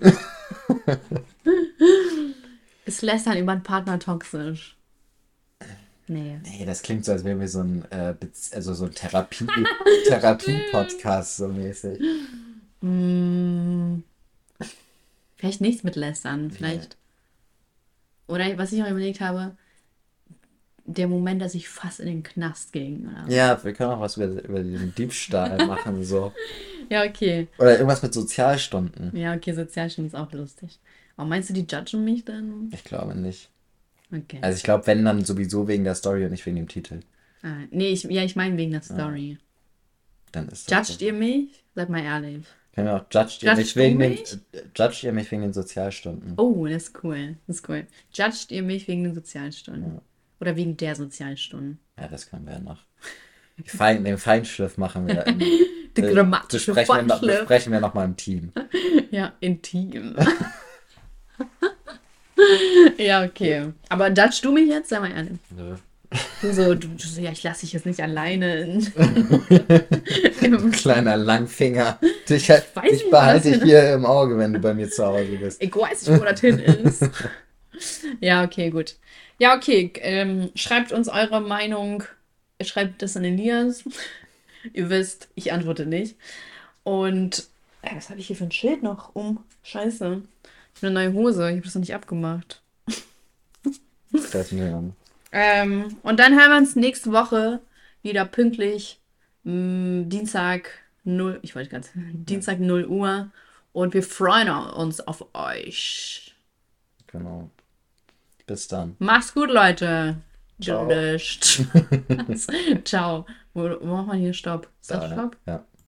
Ist lästern über einen Partner toxisch? Nee. Nee, das klingt so, als wären wir so ein, äh, Bez- also so ein Therapie, Therapie-Podcast so mäßig. Hm, vielleicht nichts mit lästern. Nee. Vielleicht. Oder was ich auch überlegt habe, der Moment, dass ich fast in den Knast ging. Oder so. Ja, wir können auch was über, über den Diebstahl machen, so. Ja, okay. Oder irgendwas mit Sozialstunden. Ja, okay, Sozialstunden ist auch lustig. Aber meinst du, die judgen mich dann? Ich glaube nicht. Okay. Also ich glaube, wenn, dann sowieso wegen der Story und nicht wegen dem Titel. Ah, nee, ich, ja, ich meine wegen der Story. Dann ist das Judgt so. ihr mich? Seid mal ehrlich. Können wir auch, judged ihr Judged mich wegen du den, mich? äh, judged ihr mich wegen den Sozialstunden. Oh, das ist cool. Das ist cool. Judgt ihr mich wegen den Sozialstunden? Ja. Oder wegen der Sozialstunden? Ja, das können wir ja noch. Die Fein, den Feinschliff machen wir. Im, Der äh, grammatische besprechen wir, noch, Feinschliff. besprechen wir noch mal im Team. Ja, intim. Ja, okay. Aber judgst du mich jetzt? Sag mal ehrlich. Nö. Du so, du, du so, ja, ich lasse dich jetzt nicht alleine. In, im, Kleiner Langfinger. Dich, halt- weiß dich nicht, behalte was ich hier im Auge, wenn du bei mir zu Hause bist. ich weiß nicht, wo das hin ist. Ja, okay, gut. Ja, okay. Ähm, schreibt uns eure Meinung. Schreibt das an Elias. Ihr wisst, ich antworte nicht. Und äh, was habe ich hier für ein Schild noch um? Scheiße. Ich habe eine neue Hose. Ich habe das noch nicht abgemacht. Das mir an. Ähm, und dann hören wir uns nächste Woche wieder pünktlich. Mh, Dienstag null. Ich wollte ganz. Dienstag null Uhr. Und wir freuen uns auf euch. Genau. Bis dann. Macht's gut, Leute. Ciao. Gelöscht. Ciao. Wo, wo macht man hier Stopp? Ist das Da, ja. Stopp? Ja.